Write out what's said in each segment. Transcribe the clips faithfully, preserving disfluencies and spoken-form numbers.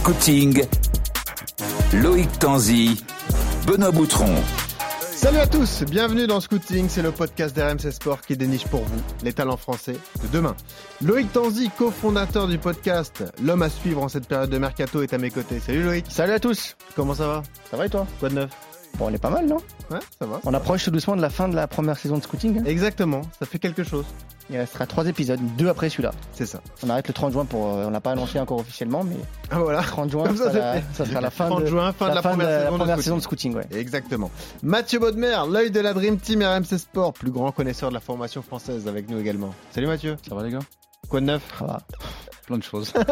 Scouting, Loïc Tanzi, Benoît Boutron. Salut à tous, bienvenue dans Scouting, c'est le podcast d'R M C Sport qui déniche pour vous les talents français de demain. Loïc Tanzi, cofondateur du podcast, l'homme à suivre en cette période de mercato, est à mes côtés. Salut Loïc. Salut à tous. Comment ça va? Ça va et toi? Quoi de neuf? Bon, on est pas mal, non? Ouais, ça va. On approche tout doucement de la fin de la première saison de Scouting. Hein. Exactement, ça fait quelque chose. Il restera trois épisodes, deux après celui-là. C'est ça. On arrête le trente juin pour... Euh, on l'a pas annoncé encore officiellement, mais... Ah voilà. trente juin, Comme ça, ça, la, fait. ça sera la fin trente de, juin, fin la de la fin première, de la, saison, la première de saison de Scouting. Ouais. Exactement. Mathieu Baudemer, l'œil de la Dream Team R M C Sport, plus grand connaisseur de la formation française avec nous également. Salut Mathieu. Ça va les gars? Quoi de neuf? Ça va. Plein de choses. Plein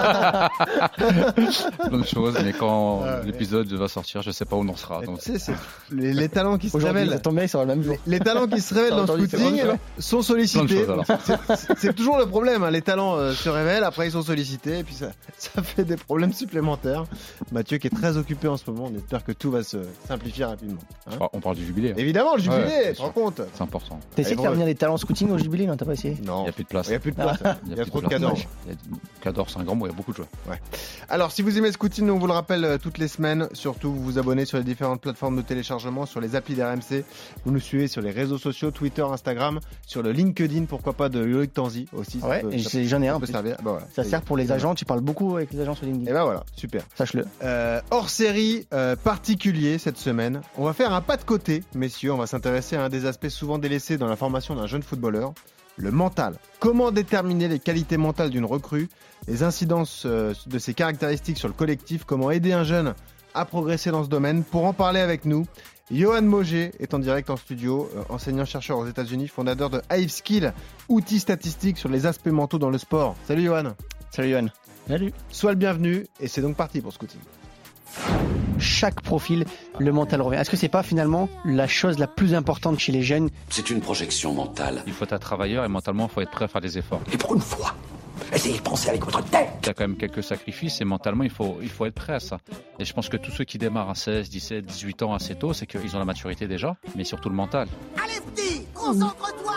de choses, mais quand ah, l'épisode ouais. va sortir, je sais pas où on en sera. Donc... Tu sais, c'est les, les talents qui se Aujourd'hui, révèlent. Ça tombe bien, ça va le même jour. Les, les talents qui se révèlent dans le Scouting sont sollicités. Choses, c'est, c'est toujours le problème. Hein. Les talents euh, se révèlent, après ils sont sollicités, et puis ça, ça fait des problèmes supplémentaires. Mathieu qui est très occupé en ce moment, on espère que tout va se simplifier rapidement. Hein. On parle du jubilé. Hein. Évidemment, le jubilé, ouais, tu te rends compte? C'est important. T'as essayé de faire venir des talents Scouting au jubilé? Non, t'as pas essayé? Non. Il n'y a plus de place. Il n'y a plus de place. Ah. Il y a, y a trop de cadors. Cadors, c'est un grand mot, il y a beaucoup de joueurs. Ouais. Alors, si vous aimez Scouting, on vous le rappelle euh, toutes les semaines. Surtout, vous vous abonnez sur les différentes plateformes de téléchargement, sur les applis d'R M C. Vous nous suivez sur les réseaux sociaux, Twitter, Instagram, sur le LinkedIn, pourquoi pas de Loïc Tanzi aussi. Ouais, peut, et ça, j'en ai un. Peut servir. Bah, voilà. Ça sert pour les agents. Tu parles beaucoup avec les agents sur LinkedIn. Et ben voilà, super. Sache-le. Euh, hors série euh, particulier cette semaine. On va faire un pas de côté, messieurs. On va s'intéresser à un des aspects souvent délaissés dans la formation d'un jeune footballeur. Le mental. Comment déterminer les qualités mentales d'une recrue, les incidences euh, de ses caractéristiques sur le collectif, comment aider un jeune à progresser dans ce domaine. Pour en parler avec nous, Johan Moget est en direct en studio, euh, enseignant-chercheur aux États-Unis, fondateur de HiveSkill, outil statistique sur les aspects mentaux dans le sport. Salut Johan. Salut Johan. Salut. Sois le bienvenu et c'est donc parti pour Scouting. Chaque profil, le mental revient. Est-ce que c'est pas finalement la chose la plus importante chez les jeunes? C'est une projection mentale. Il faut être un travailleur et mentalement, il faut être prêt à faire des efforts. Et pour une fois, essayez de penser avec votre tête. Il y a quand même quelques sacrifices et mentalement, il faut, il faut être prêt à ça. Et je pense que tous ceux qui démarrent à seize, dix-sept, dix-huit ans assez tôt, c'est qu'ils ont la maturité déjà, mais surtout le mental. Allez petit, concentre-toi.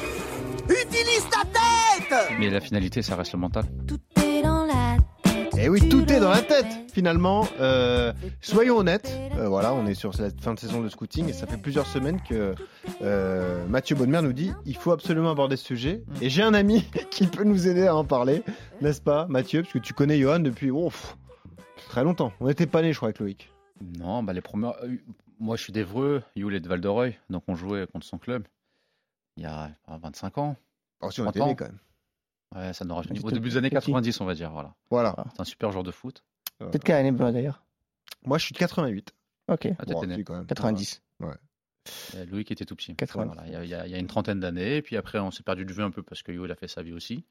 Utilise ta tête. Mais la finalité, ça reste le mental. Tout est dans la tête. Et oui, tout est dans la tête, finalement. Euh, soyons honnêtes, euh, voilà, on est sur la fin de saison de Scouting et ça fait plusieurs semaines que euh, Mathieu Baudemer nous dit il faut absolument aborder ce sujet. Et j'ai un ami qui peut nous aider à en parler, n'est-ce pas, Mathieu? Parce que tu connais Johan depuis oh, pff, très longtemps. On n'était pas nés, je crois, avec Loïc. Non, bah les premières. Moi, je suis d'Evreux, Youl est de Val-de-Reuil, donc on jouait contre son club il y a vingt-cinq ans. Oh, si on était nés quand même. Ouais, ça n'aura jamais. Au début des années quatre-vingt-dix, on va dire. Voilà. Voilà. C'est un super joueur de foot. Peut-être quelle année, d'ailleurs? Moi, je suis de quatre-vingt-huit. Ok. Ah, t'étais bon, né. quand même. quatre-vingt-dix. Ouais. Et Louis qui était tout petit. quatre-vingts. Voilà. Il, y a, il, y a, il y a une trentaine d'années. Et puis après, on s'est perdu de vue un peu parce que Yo, il a fait sa vie aussi.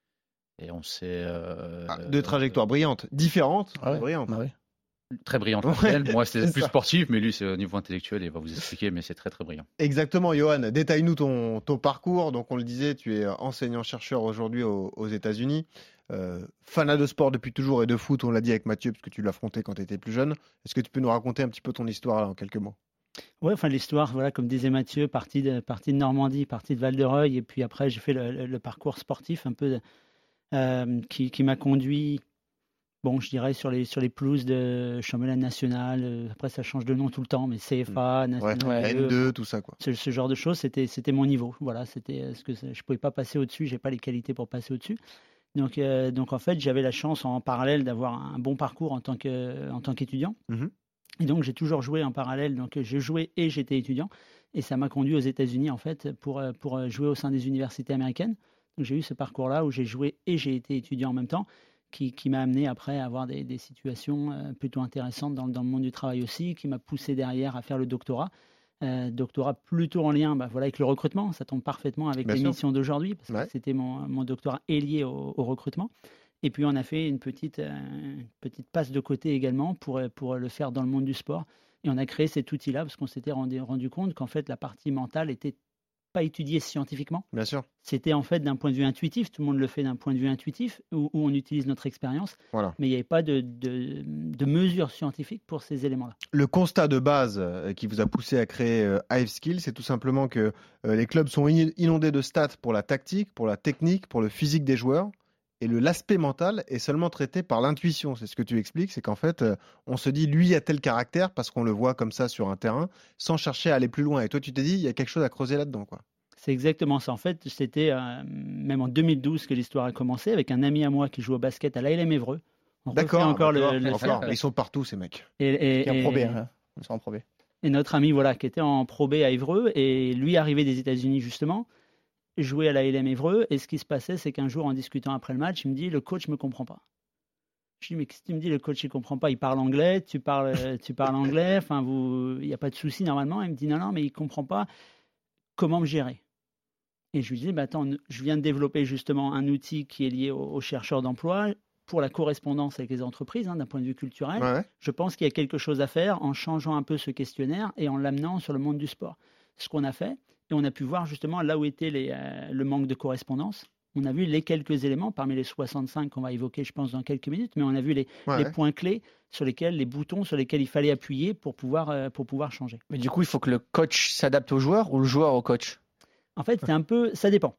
Et on s'est. Euh, ah, deux trajectoires euh, brillantes. Différentes. Ah ouais. Brillantes. Ah ouais. Très brillante. Ouais, moi, c'était plus ça. sportif, mais lui, c'est au niveau intellectuel. Il va vous expliquer, mais c'est très, très brillant. Exactement, Johan. Détaille-nous ton, ton parcours. Donc, on le disait, tu es enseignant-chercheur aujourd'hui aux, aux États-Unis. Euh, fanat de sport depuis toujours et de foot, on l'a dit avec Mathieu, parce que tu l'as affronté quand tu étais plus jeune. Est-ce que tu peux nous raconter un petit peu ton histoire là, en quelques mots? Oui, enfin l'histoire, voilà, comme disait Mathieu, partie de, partie de Normandie, partie de Val-de-Reuil, et puis après j'ai fait le, le, le parcours sportif un peu euh, qui, qui m'a conduit, bon, je dirais sur les sur les pelouses de Championnat national. Euh, après ça change de nom tout le temps, mais C F A, national, ouais, N deux, tout ça quoi. Ce, ce genre de choses, c'était c'était mon niveau. Voilà, c'était ce que je pouvais pas passer au-dessus, j'ai pas les qualités pour passer au-dessus. Donc, euh, donc en fait, j'avais la chance en parallèle d'avoir un bon parcours en tant que, en tant qu'étudiant. Mm-hmm. Et donc, j'ai toujours joué en parallèle. Donc, j'ai joué et j'étais étudiant. Et ça m'a conduit aux États-Unis, en fait, pour, pour jouer au sein des universités américaines. Donc, j'ai eu ce parcours-là où j'ai joué et j'ai été étudiant en même temps, qui, qui m'a amené après à avoir des, des situations plutôt intéressantes dans, dans le monde du travail aussi, qui m'a poussé derrière à faire le doctorat. Euh, doctorat plutôt en lien bah, voilà, avec le recrutement, ça tombe parfaitement avec Bien l'émission sûr. d'aujourd'hui, parce ouais. que c'était mon, mon doctorat est lié au, au recrutement. Et puis on a fait une petite, euh, une petite passe de côté également pour, pour le faire dans le monde du sport. Et on a créé cet outil-là parce qu'on s'était rendu, rendu compte qu'en fait la partie mentale était pas étudié scientifiquement. Bien sûr. C'était en fait d'un point de vue intuitif, tout le monde le fait d'un point de vue intuitif, où, où on utilise notre expérience, voilà. mais il n'y avait pas de, de, de mesures scientifiques pour ces éléments-là. Le constat de base euh, qui vous a poussé à créer euh, HiveSkill, c'est tout simplement que euh, les clubs sont inondés de stats pour la tactique, pour la technique, pour le physique des joueurs, et le l'aspect mental est seulement traité par l'intuition. C'est ce que tu expliques, c'est qu'en fait, euh, on se dit lui a tel caractère parce qu'on le voit comme ça sur un terrain, sans chercher à aller plus loin. Et toi, tu t'es dit il y a quelque chose à creuser là-dedans, quoi. C'est exactement ça. En fait, c'était euh, même en deux mille douze que l'histoire a commencé avec un ami à moi qui joue au basket à l'A L M Évreux. On refait D'accord. encore d'accord, le, le encore. cercle. Ils sont partout, ces mecs. Et, et- Qui est en et- Pro B, hein. Ils sont en Pro B. et notre ami voilà, qui était en Pro B à Évreux, et lui arrivé des États-Unis justement, jouait à la L M Évreux, et ce qui se passait, c'est qu'un jour, en discutant après le match, il me dit « le coach me comprend pas ». Je dis « mais qu'est-ce que tu me dis, le coach il comprend pas, il parle anglais, tu parles, euh, tu parles anglais, enfin, vous, il n'y a pas de souci normalement ». Il me dit « non, non, mais il comprend pas comment me gérer ». Et je lui dis bah, « attends, je viens de développer justement un outil qui est lié aux, aux chercheurs d'emploi pour la correspondance avec les entreprises, hein, d'un point de vue culturel. Ouais. Je pense qu'il y a quelque chose à faire en changeant un peu ce questionnaire et en l'amenant sur le monde du sport. Ce qu'on a fait, et on a pu voir justement là où était les, euh, le manque de correspondance. On a vu les quelques éléments, parmi les soixante-cinq qu'on va évoquer, je pense, dans quelques minutes, mais on a vu les, Ouais. les points clés sur lesquels, les boutons sur lesquels il fallait appuyer pour pouvoir, euh, pour pouvoir changer. Mais du coup, il faut que le coach s'adapte au joueur ou le joueur au coach. En fait, c'est un peu, ça dépend.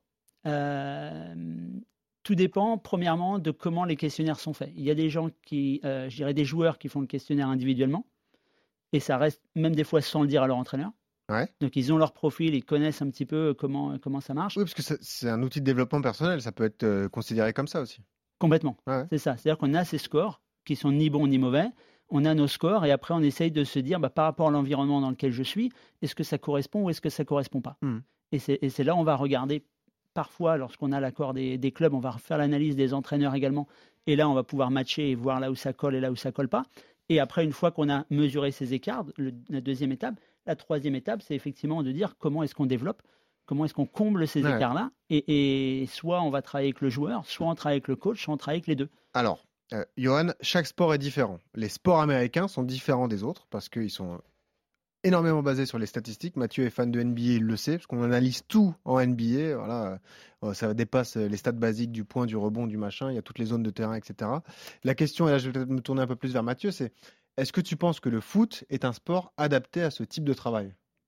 Euh, tout dépend, premièrement, de comment les questionnaires sont faits. Il y a des gens qui, euh, je dirais des joueurs qui font le questionnaire individuellement, et ça reste même des fois sans le dire à leur entraîneur. Ouais. Donc ils ont leur profil, ils connaissent un petit peu comment, comment ça marche. Oui, parce que ça- c'est un outil de développement personnel, ça peut être euh, considéré comme ça aussi. Complètement. Ouais. C'est ça. C'est-à-dire qu'on a ces scores qui sont ni bons ni mauvais. On a nos scores et après on essaye de se dire bah, par rapport à l'environnement dans lequel je suis, est-ce que ça correspond ou est-ce que ça ne correspond pas. Hmm. Et c'est et c'est là on va regarder parfois lorsqu'on a l'accord des, des clubs, on va faire l'analyse des entraîneurs également. Et là on va pouvoir matcher et voir là où ça colle et là où ça colle pas. Et après une fois qu'on a mesuré ces écarts, le- la deuxième étape, la troisième étape, c'est effectivement de dire comment est-ce qu'on développe, comment est-ce qu'on comble ces Ouais. écarts-là. Et, et soit on va travailler avec le joueur, soit on travaille avec le coach, soit on travaille avec les deux. Alors, euh, Johan, chaque sport est différent. Les sports américains sont différents des autres parce qu'ils sont énormément basés sur les statistiques. Mathieu est fan de N B A, il le sait, parce qu'on analyse tout en N B A. Voilà, euh, ça dépasse les stats basiques du point, du rebond, du machin. Il y a toutes les zones de terrain, et cetera. La question, et là je vais peut-être me tourner un peu plus vers Mathieu, c'est est-ce que tu penses que le foot est un sport adapté à ce type de travail?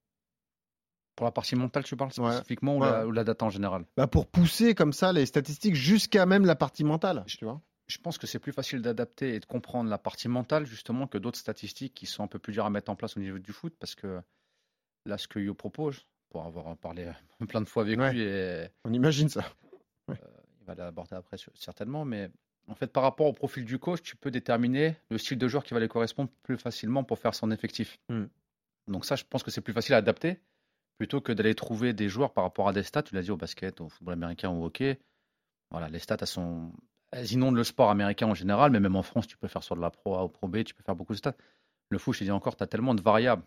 Pour la partie mentale, tu parles Ouais. spécifiquement ou, Ouais. la, ou la data en général? Bah, pour pousser comme ça les statistiques jusqu'à même la partie mentale, tu vois. Je pense que c'est plus facile d'adapter et de comprendre la partie mentale justement que d'autres statistiques qui sont un peu plus dures à mettre en place au niveau du foot parce que là, ce que Yo propose, pour avoir parlé plein de fois avec Ouais. lui, et On imagine ça. il va l'aborder après sur- certainement, mais en fait, par rapport au profil du coach, tu peux déterminer le style de joueur qui va lui correspondre plus facilement pour faire son effectif. Hmm. Donc ça, je pense que c'est plus facile à adapter plutôt que d'aller trouver des joueurs par rapport à des stats. Tu l'as dit au basket, au football américain ou au hockey. Voilà, les stats, elles sont, elles inondent le sport américain en général, mais même en France, tu peux faire sur de la Pro A ou Pro B, tu peux faire beaucoup de stats. Le foot, je te dis encore, tu as tellement de variables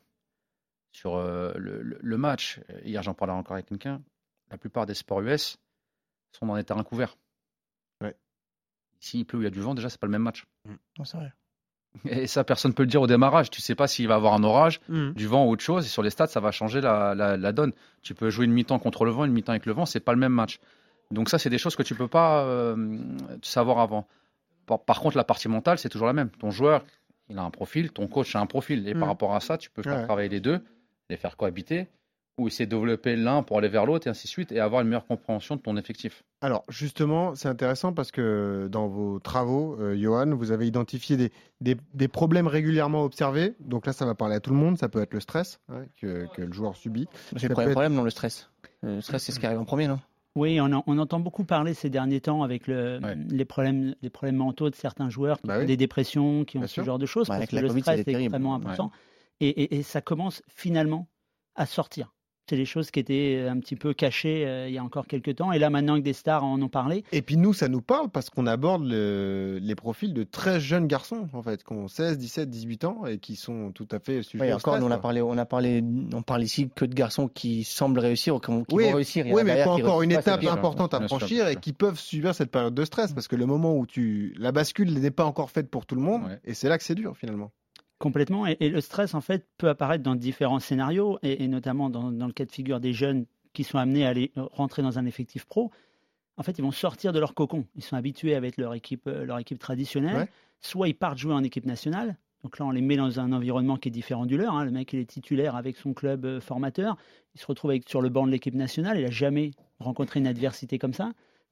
sur euh, le, le- le match. Hier, j'en parlais encore avec quelqu'un. La plupart des sports U S sont dans des terrains couverts. Ouais. S'il pleut ou il y a du vent, déjà, c'est pas le même match. Non, c'est vrai. Et ça, personne ne peut le dire au démarrage. Tu sais pas s'il va avoir un orage, Mhm. du vent ou autre chose. Et sur les stats, ça va changer la, la- la donne. Tu peux jouer une mi-temps contre le vent, une mi-temps avec le vent, c'est pas le même match. Donc ça, c'est des choses que tu peux pas euh, savoir avant. Par, par contre, la partie mentale, c'est toujours la même. Ton joueur, il a un profil, ton coach a un profil. Et Mhm. par rapport à ça, tu peux faire Ouais. travailler les deux, les faire cohabiter, ou essayer de développer l'un pour aller vers l'autre, et ainsi de suite, et avoir une meilleure compréhension de ton effectif. Alors, justement, c'est intéressant parce que dans vos travaux, euh, Johan, vous avez identifié des, des- des problèmes régulièrement observés. Donc là, ça va parler à tout le monde. Ça peut être le stress hein, que, que le joueur subit. C'est Ça le premier peut être- problème, non, le stress. Le stress, c'est ce qui arrive en premier, non? Oui, on, en- on entend beaucoup parler ces derniers temps avec le- Ouais. les, problèmes, les problèmes mentaux de certains joueurs qui Bah ont oui. des dépressions, qui ont Bien ce sûr. genre de choses, Bah, parce avec que la le Covid, stress c'était est terrible. extrêmement important. Et, et- et ça commence finalement à sortir. C'est des choses qui étaient un petit peu cachées euh, il y a encore quelques temps. Et là, maintenant que des stars en ont parlé, Et puis nous, ça nous parle parce qu'on aborde le- les profils de très jeunes garçons, en fait, qui ont seize, dix-sept, dix-huit ans et qui sont tout à fait sujets Oui, au encore, stress. nous, on a quoi. parlé, on a parlé, on parle ici que de garçons qui semblent réussir ou qui, qui Oui, vont réussir. Il y en Oui, a mais derrière pas qui encore une réussissent pas, étape c'est pire. importante à Bien sûr, franchir bien et sûr. qui peuvent subir cette période de stress parce que le moment où tu la bascule n'est pas encore faite pour tout le monde Ouais. et c'est là que c'est dur finalement. complètement. Et, et le stress, en fait, peut apparaître dans différents scénarios, et, et notamment dans, dans le cas de figure des jeunes qui sont amenés à aller rentrer dans un effectif pro. En fait, ils vont sortir de leur cocon. Ils sont habitués avec leur équipe, euh, leur équipe traditionnelle. Ouais. Soit ils partent jouer en équipe nationale. Donc là, on les met dans un environnement qui est différent du leur. hein. Le mec, il est titulaire avec son club euh, formateur. Il se retrouve avec, sur le banc de l'équipe nationale. Il n'a jamais rencontré une adversité comme ça.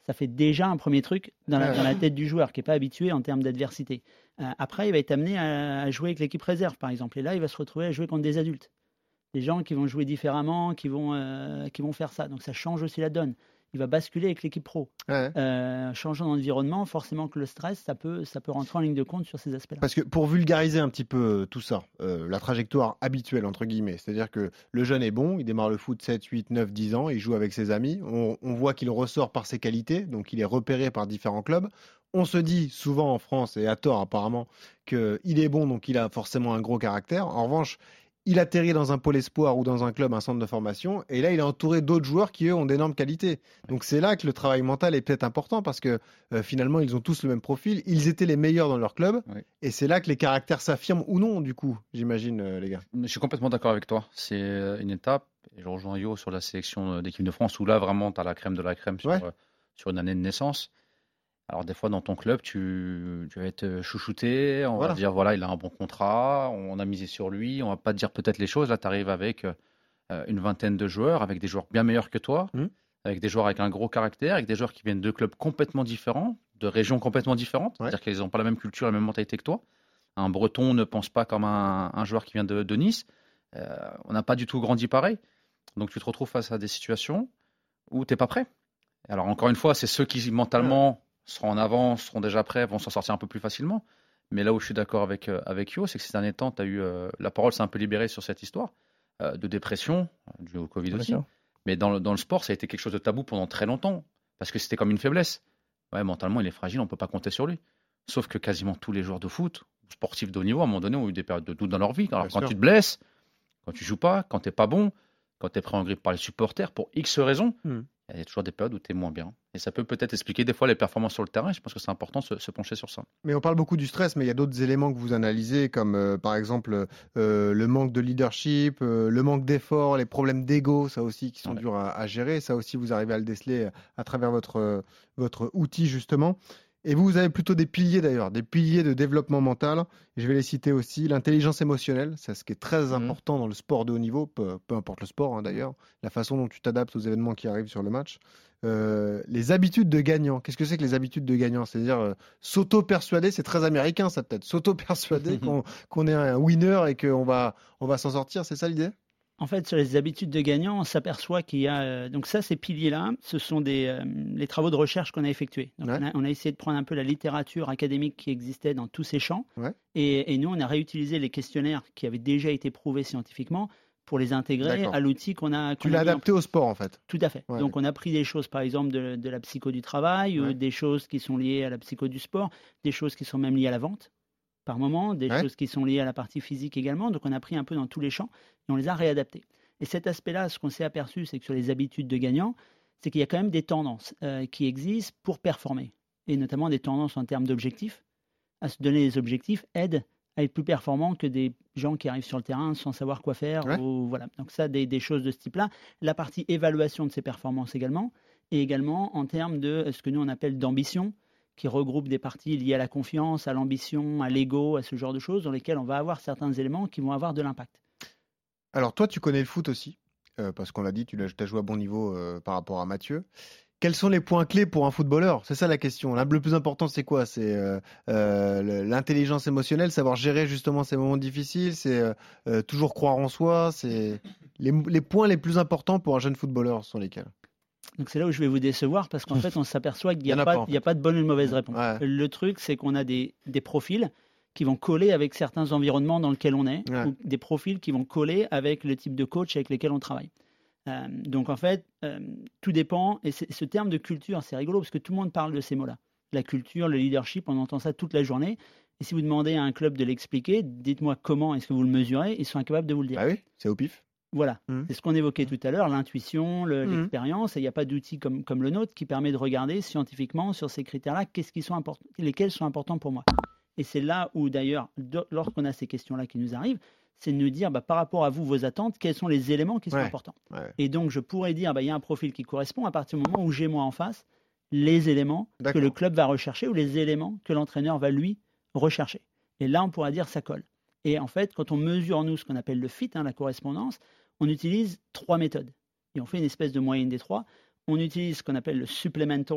Ça fait déjà un premier truc dans la, Ouais. dans la tête du joueur qui n'est pas habitué en termes d'adversité. Euh, après, il va être amené à, à jouer avec l'équipe réserve, par exemple. Et là, il va se retrouver à jouer contre des adultes. Des gens qui vont jouer différemment, qui vont, euh, qui vont faire ça. Donc ça change aussi la donne. Il va basculer avec l'équipe pro. Ouais. Euh, changeant d'environnement, forcément que le stress, ça peut, ça peut rentrer en ligne de compte sur ces aspects-là. Parce que pour vulgariser un petit peu euh, tout ça, euh, la trajectoire habituelle, entre guillemets, c'est-à-dire que le jeune est bon, il démarre le foot sept, huit, neuf, dix ans, il joue avec ses amis, on, on voit qu'il ressort par ses qualités, donc il est repéré par différents clubs. On se dit souvent en France, et à tort apparemment, qu'il est bon, donc il a forcément un gros caractère. En revanche, il atterrit dans un pôle espoir ou dans un club, un centre de formation, et là, il est entouré d'autres joueurs qui, eux, ont d'énormes qualités. Donc, c'est là que le travail mental est peut-être important parce que euh, finalement, ils ont tous le même profil. Ils étaient les meilleurs dans leur club, Oui. et c'est là que les caractères s'affirment ou non, du coup, j'imagine, euh, les gars. Je suis complètement d'accord avec toi. C'est euh, une étape, et je rejoins Yo sur la sélection euh, d'équipe de France, où là, vraiment, tu as la crème de la crème sur, Ouais. euh, sur une année de naissance. Alors, des fois, dans ton club, tu, tu vas être chouchouté. On Voilà. va dire, voilà, il a un bon contrat, on a misé sur lui. On va pas te dire peut-être les choses. Là, tu arrives avec euh, une vingtaine de joueurs, avec des joueurs bien meilleurs que toi, Mhm. avec des joueurs avec un gros caractère, avec des joueurs qui viennent de clubs complètement différents, de régions complètement différentes. Ouais. C'est-à-dire qu'ils n'ont pas la même culture, la même mentalité que toi. Un Breton ne pense pas comme un, un joueur qui vient de, de Nice. Euh, on n'a pas du tout grandi pareil. Donc, tu te retrouves face à des situations où tu n'es pas prêt. Alors, encore une fois, c'est ceux qui mentalement seront en avance, seront déjà prêts, vont s'en sortir un peu plus facilement. Mais là où je suis d'accord avec, euh, avec Yo, c'est que ces derniers temps, tu as eu euh, la parole s'est un peu libérée sur cette histoire euh, de dépression, euh, due au Covid Bien aussi. sûr. Mais dans le, dans le sport, ça a été quelque chose de tabou pendant très longtemps, parce que c'était comme une faiblesse. Ouais, mentalement, il est fragile, on ne peut pas compter sur lui. Sauf que quasiment tous les joueurs de foot, sportifs de haut niveau, à un moment donné, ont eu des périodes de doute dans leur vie. Alors, Bien quand sûr. tu te blesses, quand tu joues pas, quand tu n'es pas bon, quand tu es pris en grippe par les supporters, pour X raisons, Hmm. il y a toujours des périodes où tu es moins bien. Et ça peut peut-être expliquer des fois les performances sur le terrain. Et je pense que c'est important de se, se pencher sur ça. Mais on parle beaucoup du stress, mais il y a d'autres éléments que vous analysez, comme euh, par exemple euh, le manque de leadership, euh, le manque d'effort, les problèmes d'ego, ça aussi qui sont Ouais. durs à, à gérer. Ça aussi, vous arrivez à le déceler à travers votre, euh, votre outil, justement. Et vous, vous avez plutôt des piliers d'ailleurs, des piliers de développement mental. Je vais les citer aussi. L'intelligence émotionnelle, c'est ce qui est très Mhm. important dans le sport de haut niveau, peu, peu importe le sport hein, d'ailleurs, la façon dont tu t'adaptes aux événements qui arrivent sur le match. Euh, les habitudes de gagnant. Qu'est-ce que c'est que les habitudes de gagnant? C'est-à-dire euh, s'auto-persuader, c'est très américain ça peut-être, s'auto-persuader qu'on qu'on est un winner et qu'on va, on va s'en sortir, c'est ça l'idée? En fait, sur les habitudes de gagnant, on s'aperçoit qu'il y a. euh, donc, ça, ces piliers-là, ce sont des, euh, les travaux de recherche qu'on a effectués. Donc, Ouais. on, a, on a essayé de prendre un peu la littérature académique qui existait dans tous ces champs. Ouais. Et, et nous, on a réutilisé les questionnaires qui avaient déjà été prouvés scientifiquement pour les intégrer D'accord. à l'outil qu'on a. Tu qu'on l'as a mis en adapté au sport en fait. Tout à fait. Ouais. Donc, on a pris des choses, par exemple, de, de la psycho du travail, Ouais. ou des choses qui sont liées à la psycho du sport, des choses qui sont même liées à la vente, par moment, des Ouais. choses qui sont liées à la partie physique également. Donc, on a pris un peu dans tous les champs et on les a réadaptés. Et cet aspect-là, ce qu'on s'est aperçu, c'est que sur les habitudes de gagnants, c'est qu'il y a quand même des tendances euh, qui existent pour performer, et notamment des tendances en termes d'objectifs. À se donner des objectifs aide à être plus performant que des gens qui arrivent sur le terrain sans savoir quoi faire. Ouais. Ou, voilà. Donc ça, des, des choses de ce type-là. La partie évaluation de ces performances également, et également en termes de ce que nous on appelle d'ambition, qui regroupe des parties liées à la confiance, à l'ambition, à l'ego, à ce genre de choses, dans lesquelles on va avoir certains éléments qui vont avoir de l'impact. Alors toi, tu connais le foot aussi, euh, parce qu'on l'a dit, tu as joué à bon niveau euh, par rapport à Mathieu. Quels sont les points clés pour un footballeur? C'est ça la question. Là, le plus important, c'est quoi? C'est euh, euh, le- l'intelligence émotionnelle, savoir gérer justement ces moments difficiles, c'est euh, euh, toujours croire en soi. C'est les, les points les plus importants pour un jeune footballeur sont lesquels? Donc c'est là où je vais vous décevoir parce qu'en fait on s'aperçoit qu'il n'y Il y en a, a pas, pas, en il y a pas de bonne ou de mauvaise réponse. Ouais. Le truc c'est qu'on a des, des profils qui vont coller avec certains environnements dans lesquels on est, Ouais. ou des profils qui vont coller avec le type de coach avec lesquels on travaille. Euh, donc en fait, euh, tout dépend, et c'est- ce terme de culture c'est rigolo parce que tout le monde parle de ces mots-là. La culture, le leadership, on entend ça toute la journée. Et si vous demandez à un club de l'expliquer, dites-moi comment est-ce que vous le mesurez, ils sont incapables de vous le dire. Bah oui, c'est au pif. Voilà, Mhm. c'est ce qu'on évoquait tout à l'heure, l'intuition, le- Mhm. l'expérience, et il n'y a pas d'outil comme, comme le nôtre qui permet de regarder scientifiquement sur ces critères-là, qu'est-ce qui sont importants, lesquels sont importants pour moi. Et c'est là où d'ailleurs, de- lorsqu'on a ces questions-là qui nous arrivent, c'est de nous dire bah, par rapport à vous, vos attentes, quels sont les éléments qui sont Ouais. importants. Ouais. Et donc je pourrais dire, bah, il y a un profil qui correspond à partir du moment où j'ai moi en face les éléments que D'accord. le club va rechercher ou les éléments que l'entraîneur va lui rechercher. Et là, on pourra dire ça colle. Et en fait, quand on mesure, nous, ce qu'on appelle le fit, hein, la correspondance, on utilise trois méthodes. Et on fait une espèce de moyenne des trois. On utilise ce qu'on appelle le supplemental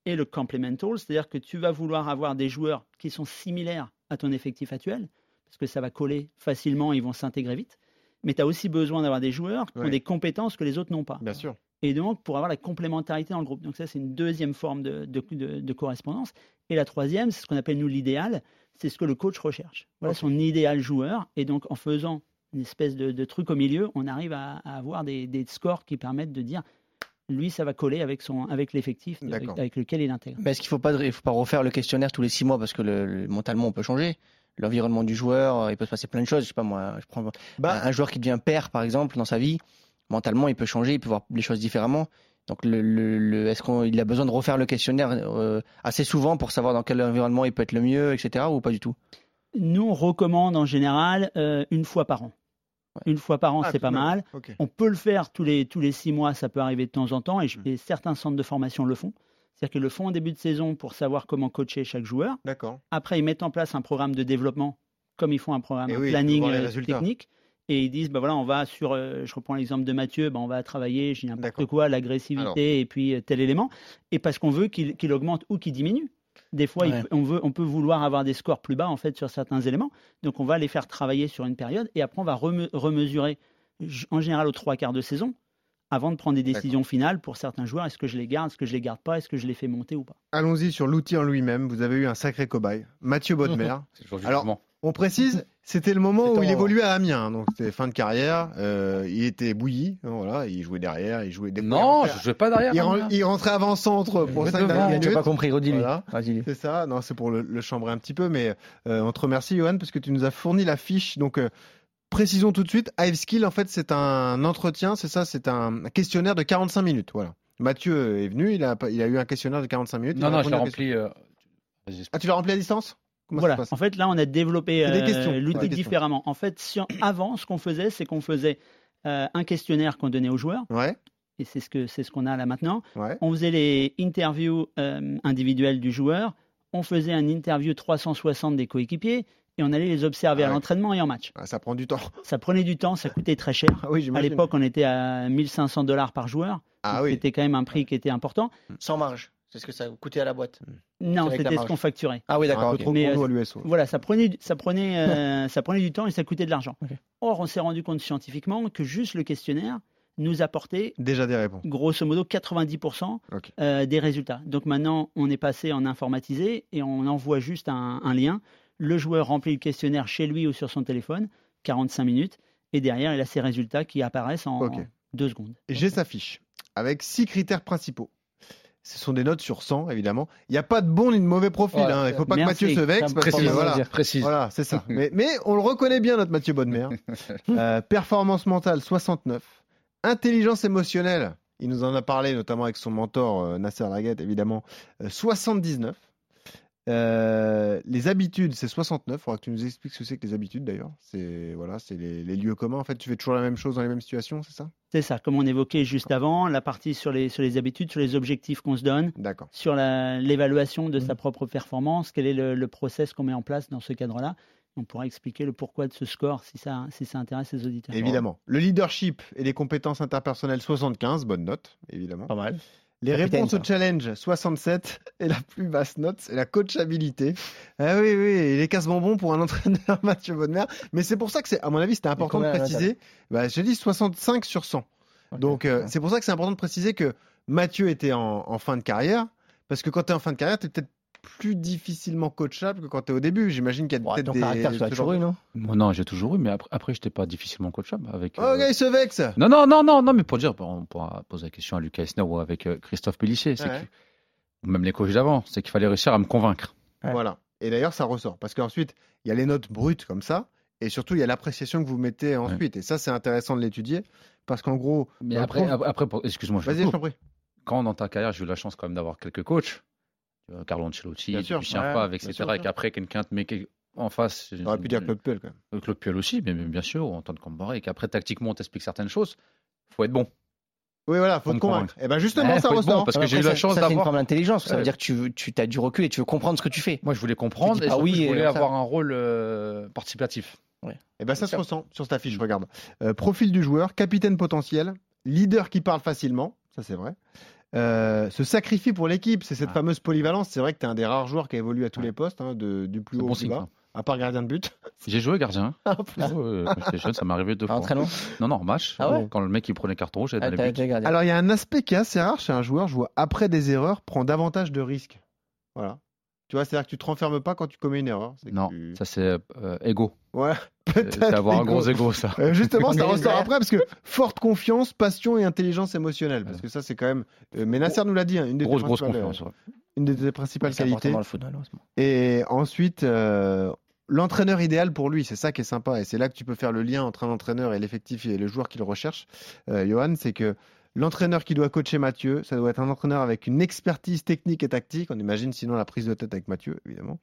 et le complemental, c'est-à-dire que tu vas vouloir avoir des joueurs qui sont similaires à ton effectif actuel, parce que ça va coller facilement, ils vont s'intégrer vite. Mais tu as aussi besoin d'avoir des joueurs qui Ouais. ont des compétences que les autres n'ont pas. Bien sûr. Et donc, pour avoir la complémentarité dans le groupe. Donc ça, c'est une deuxième forme de, de, de, de correspondance. Et la troisième, c'est ce qu'on appelle, nous, l'idéal. C'est ce que le coach recherche. Voilà Ok. son idéal joueur. Et donc, en faisant une espèce de, de truc au milieu, on arrive à, à avoir des, des scores qui permettent de dire, lui, ça va coller avec, son, avec l'effectif de- avec, D'accord. avec lequel il intègre. Mais est-ce qu'il ne faut, pas de- il faut pas refaire le questionnaire tous les six mois parce que le, le- mentalement, on peut changer l'environnement du joueur, il peut se passer plein de choses. Je sais pas moi, je prends Bah, un, un joueur qui devient père, par exemple, dans sa vie, mentalement, il peut changer, il peut voir les choses différemment. Donc, le, le, le- est-ce qu'il a besoin de refaire le questionnaire euh, assez souvent pour savoir dans quel environnement il peut être le mieux, et cetera, ou pas du tout? Nous, on recommande en général euh, une fois par an. Ouais. Une fois par an, ah, c'est tout pas de même. mal. Ok. On peut le faire tous les, tous les six mois, ça peut arriver de temps en temps, et, je- Mm. et certains centres de formation le font. C'est-à-dire qu'ils le font en début de saison pour savoir comment coacher chaque joueur. D'accord. Après, ils mettent en place un programme de développement, comme ils font un programme, Et un oui, planning voir les euh, résultats. technique. Et ils disent, bah voilà, on va sur, euh, je reprends l'exemple de Mathieu, bah on va travailler, je dis n'importe D'accord. quoi, l'agressivité Alors. et puis euh, tel élément. Et parce qu'on veut qu'il qu'il augmente ou qu'il diminue. Des fois, il Ouais. peut- on, veut, on peut vouloir avoir des scores plus bas en fait sur certains éléments. Donc, on va les faire travailler sur une période et après, on va reme- remesurer, j- en général, aux trois quarts de saison, avant de prendre des décisions finales pour certains joueurs. Est-ce que je les garde, est-ce que je les garde pas, est-ce que je les fais monter ou pas? Allons-y sur l'outil en lui-même. Vous avez eu un sacré cobaye, Mathieu Bodmer. C'est toujours du Alors, jugement. On précise, c'était le moment C'est où il en- évoluait à Amiens, donc c'était fin de carrière. euh, il était bouilli, hein, voilà, il jouait derrière, il jouait des Non, fois, je ne jouais pas derrière. il, hein, ren- là. il rentrait avant-centre pour Mais cinq devant. dernières Tu n'as minutes. pas compris, redis-lui. Voilà. Vas-y. C'est ça, non, c'est pour le, le chambrer un petit peu, mais euh, on te remercie, Johan, parce que tu nous as fourni la fiche. Donc, euh, précisons tout de suite, Hiveskill, en fait, c'est un entretien, c'est ça, c'est un questionnaire de quarante-cinq minutes. Voilà. Mathieu est venu, il a, pas- il a eu un questionnaire de quarante-cinq minutes. il Non, a non, je répondu l'ai aux questions. rempli. euh, vas-y, Ah, tu l'as rempli à distance? Comment Voilà. ça se passe En fait, là, on a développé C'est des euh, questions. l'outil Ouais, des questions. différemment. En fait, si- avant, ce qu'on faisait, c'est qu'on faisait euh, un questionnaire qu'on donnait aux joueurs, Ouais, et c'est ce que c'est ce qu'on a là maintenant. ouais. On faisait les interviews euh, individuelles du joueur, on faisait un interview trois cent soixante des coéquipiers, et on allait les observer Ah à ouais. l'entraînement et en match. Ah, ça prend du temps. Ça prenait du temps, ça coûtait très cher. Ah oui, À j'imagine. l'époque, on était à mille cinq cents dollars par joueur. Ah Donc, oui. C'était quand même un prix qui était important. Sans marge. C'est ce que ça coûtait à la boîte. Non, avec la c'était ce marge. qu'on facturait. Ah oui, Un d'accord. peu ok. trop Mais, pour euh, nous à l'U S O. Voilà, ça prenait, du- ça, prenait, euh, ça prenait du temps et ça coûtait de l'argent. Ok. Or, on s'est rendu compte scientifiquement que juste le questionnaire nous apportait Déjà des réponses. grosso modo quatre-vingt-dix pour cent Ok. euh, des résultats. Donc maintenant, on est passé en informatisé et on envoie juste un, un lien. Le joueur remplit le questionnaire chez lui ou sur son téléphone, quarante-cinq minutes, et derrière, il a ses résultats qui apparaissent en Ok. deux secondes. Et j'ai sa fiche avec six critères principaux. Ce sont des notes sur cent, évidemment. Il n'y a pas de bon ni de mauvais profil. Ouais, hein. Il ne faut pas merci. que Mathieu se vexe. C'est Parce que, Précise, voilà, précise. voilà, c'est ça. mais, mais on le reconnaît bien, notre Mathieu Bodmer. Euh, performance mentale, soixante-neuf. Intelligence émotionnelle, il nous en a parlé, notamment avec son mentor euh, Nasser Laguette, évidemment, euh, soixante-dix-neuf. Euh, les habitudes, c'est soixante-neuf. Il faudra que tu nous expliques ce que c'est que les habitudes, d'ailleurs. C'est voilà, c'est les, les lieux communs. En fait, tu fais toujours la même chose dans les mêmes situations, c'est ça? C'est ça, comme on évoquait juste avant, la partie sur les, sur les habitudes, sur les objectifs qu'on se donne, D'accord. sur la- l'évaluation de Mmh. sa propre performance, quel est le, le process qu'on met en place dans ce cadre-là. On pourra expliquer le pourquoi de ce score si ça, si ça intéresse les auditeurs. Évidemment. Le leadership et les compétences interpersonnelles, soixante-quinze, bonne note, évidemment. Pas mal. Les Capitaine, réponses au ça. challenge, soixante-sept. Et la plus basse note, c'est la coachabilité. Ah oui, oui, et les casse-bonbons pour un entraîneur, Mathieu Bodmer. Mais c'est pour ça que c'est, à mon avis, c'était important de combien, là, préciser. Bah, je dis soixante-cinq sur cent. Ok. Donc, euh, Ouais. c'est pour ça que c'est important de préciser que Mathieu était en, en fin de carrière. Parce que quand tu es en fin de carrière, tu es peut-être plus difficilement coachable que quand tu es au début. J'imagine qu'il y a Ouais, peut-être ton des. caractère, tu l'as ce genre toujours eu, de- non? Moi, non, j'ai toujours eu, mais après, après je n'étais pas difficilement coachable. Avec, Oh, euh, le gars, il se vexe. Non, non, non, non, non, mais pour dire, on pourra poser la question à Lucas Eisner ou avec euh, Christophe Pélissier, c'est Ouais. que- ou même les coachs d'avant, c'est qu'il fallait réussir à me convaincre. Ouais. Voilà. Et d'ailleurs, ça ressort. Parce qu'ensuite, il y a les notes brutes comme ça. Et surtout, il y a l'appréciation que vous mettez ensuite. Et ça, c'est intéressant de l'étudier. Parce qu'en gros. Mais dans le après, prof- après, après, pour- excuse-moi, je te Vas-y, je coupe. t'en prie. Quand dans ta carrière, j'ai eu la chance quand même d'avoir quelques coachs, tu vois, Carlo Ancelotti, Bien sûr, Lucien ouais, Favre, bien et cetera, sûr, et sûr. qu'après, quelqu'un te met quel- en face. On aurait pu dire Claude Puel quand même. Euh, Claude Puel aussi, mais mais bien sûr, ou Antoine Camboré, et qu'après, tactiquement, on t'explique certaines choses. faut être bon. Oui, voilà, faut Faut te me convaincre. Et ben justement, Ouais, ça faut être ressort. bon, parce que Ouais, j'ai eu après, la ça- chance ça, c'est une d'avoir. forme d'intelligence. Ça veut Ouais. dire que tu, tu as du recul et tu veux comprendre ce que tu fais. Moi, je voulais comprendre Tu dis et pas surtout, oui je et voulais comme ça. avoir un rôle euh, participatif. Et ben ça Bien se sûr. ressent sur ta fiche, regarde. Euh, profil du joueur, capitaine potentiel, leader qui parle facilement, ça c'est vrai. euh, se sacrifie pour l'équipe. C'est cette Ah. fameuse polyvalence. C'est vrai que tu es un des rares joueurs qui a évolué à tous Ouais. les postes, hein, de, du plus C'est haut bon au plus signe, bas, ça. à part gardien de but. J'ai joué gardien. Ah, Ah ouais, ouais, quand j'étais jeune, ça m'est arrivé deux À fois. l'entraînement. Non, non, en match. Ah ouais Quand le mec il prenait carton rouge, j'allais Ah, dans t'as les buts. été gardien. Alors, il y a un aspect qui est assez rare chez un joueur. Je vois, après des erreurs, prend davantage de risques. Voilà. Tu vois, c'est-à-dire que tu te renfermes pas quand tu commets une erreur. C'est que Non, tu- ça c'est euh, égo. Voilà. C'est Peut-être. c'est avoir un Nico. gros ego, ça. Euh, justement, ça Mais ressort ouais. après parce que forte confiance, passion et intelligence émotionnelle. Parce Ouais. que ça, c'est quand même. euh, mais Nasser nous l'a dit, hein, une des Grosse, grosse principales, confiance. ouais. euh, une des principales C'est important qualités. dans le foot, malheureusement. Et ensuite, euh, l'entraîneur idéal pour lui, c'est ça qui est sympa. Et c'est là que tu peux faire le lien entre un entraîneur et l'effectif et le joueur qui le recherche. Euh, Johan, c'est que l'entraîneur qui doit coacher Mathieu, ça doit être un entraîneur avec une expertise technique et tactique. On imagine sinon la prise de tête avec Mathieu, évidemment.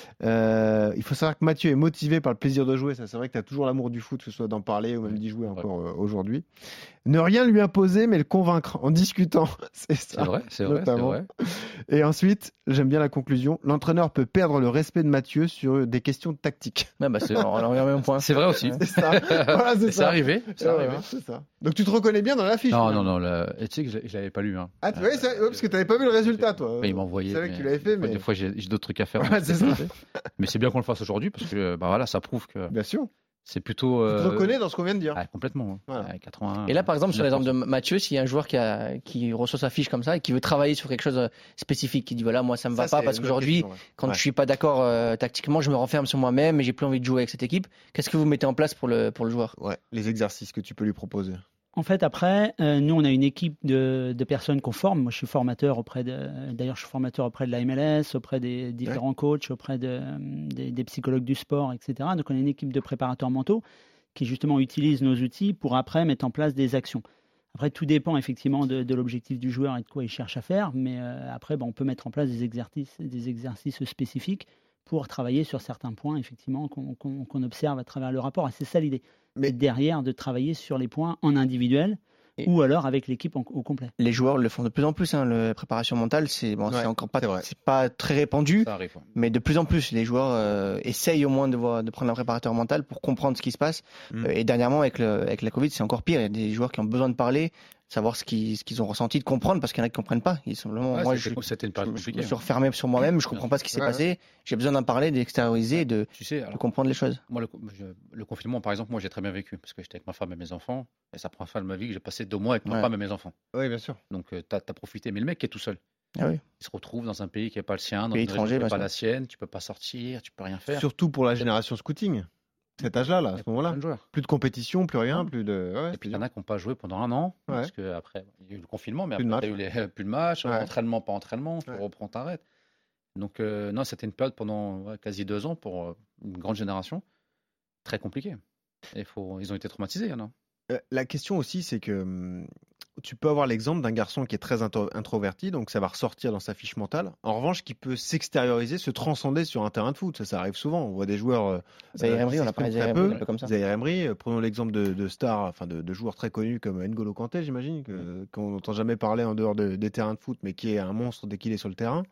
Euh, il faut savoir que Mathieu est motivé par le plaisir de jouer. Ça, c'est vrai que tu as toujours l'amour du foot, que ce soit d'en parler ou même d'y jouer encore euh, aujourd'hui. Ne rien lui imposer, mais le convaincre en discutant. C'est ça. C'est vrai, c'est vrai, c'est Notamment. vrai. Et ensuite, j'aime bien la conclusion. L'entraîneur peut perdre le respect de Mathieu sur des questions tactiques. Ouais, bah, c'est, on revient au même point. C'est vrai aussi. C'est ça. Voilà, c'est C'est ça. arrivé. C'est Ouais, arrivé. ouais, c'est ça. Donc tu te reconnais bien dans l'affiche. Non, non, finalement. non. le- et tu sais que je je l'avais pas lu. Hein. Ah, tu vois, c'est- ouais, parce que tu n'avais pas vu le résultat, toi. Mais il m'a envoyé. Je savais que mais- tu l'avais fait, mais. Des fois, j'ai j'ai d'autres trucs à faire. Ouais, donc c'est je l'ai ça. fait. Mais c'est bien qu'on le fasse aujourd'hui parce que bah, voilà, ça prouve que Bien sûr. c'est plutôt. Tu te euh, reconnais dans ce qu'on vient de dire. ah, complètement. hein. Voilà. Ah, quatre-vingts, Et là, par exemple, sur neuf pour l'exemple cent. de Mathieu, s'il y a un joueur qui, a, qui reçoit sa fiche comme ça et qui veut travailler sur quelque chose de spécifique, qui dit voilà, moi ça me va Ça, pas c'est parce une qu'aujourd'hui, bonne question, ouais. quand Ouais. je suis pas d'accord euh, tactiquement, je me renferme sur moi-même et j'ai plus envie de jouer avec cette équipe. Qu'est-ce que vous mettez en place pour le, pour le joueur? Ouais, les exercices que tu peux lui proposer. En fait, après, euh, nous, on a une équipe de, de personnes qu'on forme. Moi, je suis formateur auprès de. D'ailleurs, je suis formateur auprès de la M L S, auprès des différents coachs, auprès de, des, des psychologues du sport, et cetera. Donc, on a une équipe de préparateurs mentaux qui, justement, utilisent nos outils pour après mettre en place des actions. Après, tout dépend effectivement de, de l'objectif du joueur et de quoi il cherche à faire. Mais euh, après, ben, on peut mettre en place des exercices, des exercices spécifiques pour travailler sur certains points, effectivement, qu'on qu'on- qu'on observe à travers le rapport. Et c'est ça l'idée. Mais- Mais derrière, de travailler sur les points en individuel Et- ou alors avec l'équipe en- au complet. Les joueurs le font de plus en plus. Hein, la préparation mentale, c'est bon, Ouais, c'est encore pas, c'est vrai. c'est pas très répandu, Ça arrive. ouais. mais de plus en plus, les joueurs euh, essayent au moins de, voir, de prendre un préparateur mental pour comprendre ce qui se passe. Mm. Euh, et dernièrement, avec, le, avec la Covid, c'est encore pire. Il y a des joueurs qui ont besoin de parler, savoir ce qu'ils, ce qu'ils ont ressenti, de comprendre, parce qu'il y en a qui comprennent pas. Ils simplement, Ouais, moi, je, c'était- C'était une je, période je me compliquée. suis hein. refermé sur moi-même, je comprends pas ce qui s'est Ouais, passé. J'ai besoin d'en parler, d'extérioriser, de, Tu sais, de alors, comprendre les choses. moi, le, je- le confinement, par exemple, moi, j'ai très bien vécu parce que j'étais avec ma femme et mes enfants. Et c'est la première fois de ma vie que j'ai passé deux mois avec ma Ouais. femme et mes enfants. Oui, bien sûr. Donc, tu as, profité. Mais le mec qui est tout seul, Ah oui. il se retrouve dans un pays qui n'est pas le sien, dans Pays une région étranger, qui n'est bien pas sûr. la sienne. Tu peux pas sortir, tu peux rien faire. Surtout pour la génération scouting. Cet âge-là, là, à Il y a ce plein moment-là. de joueurs. Plus de compétition, plus rien, Ouais. plus de. Ouais, Et puis il y en a qui n'ont pas joué pendant un an, Ouais. parce que après il y a eu le confinement, mais Plus de après il y a eu les, plus de matchs, Ouais. entraînement, pas entraînement, tu Ouais. reprends, t'arrêtes. Donc euh, non, c'était une période pendant ouais, quasi deux ans pour euh, une grande génération, très compliquée. Et faut, ils ont été traumatisés, il y en a. Euh, la question aussi, c'est que hum, tu peux avoir l'exemple d'un garçon qui est très intro- introverti, donc ça va ressortir dans sa fiche mentale. En revanche, qui peut s'extérioriser, se transcender sur un terrain de foot. Ça, ça arrive souvent. On voit des joueurs. euh, Zaïre euh, Emery, qui on a parlé de s'expriment Zaïre très Emery, peu. un peu comme ça. Zaïre Emery, euh, prenons l'exemple de, de stars, enfin de, de joueurs très connus comme N'Golo Kanté, j'imagine, que- qu'on n'entend jamais parler en dehors de- des terrains de foot, mais qui est un monstre dès qu'il est sur le terrain.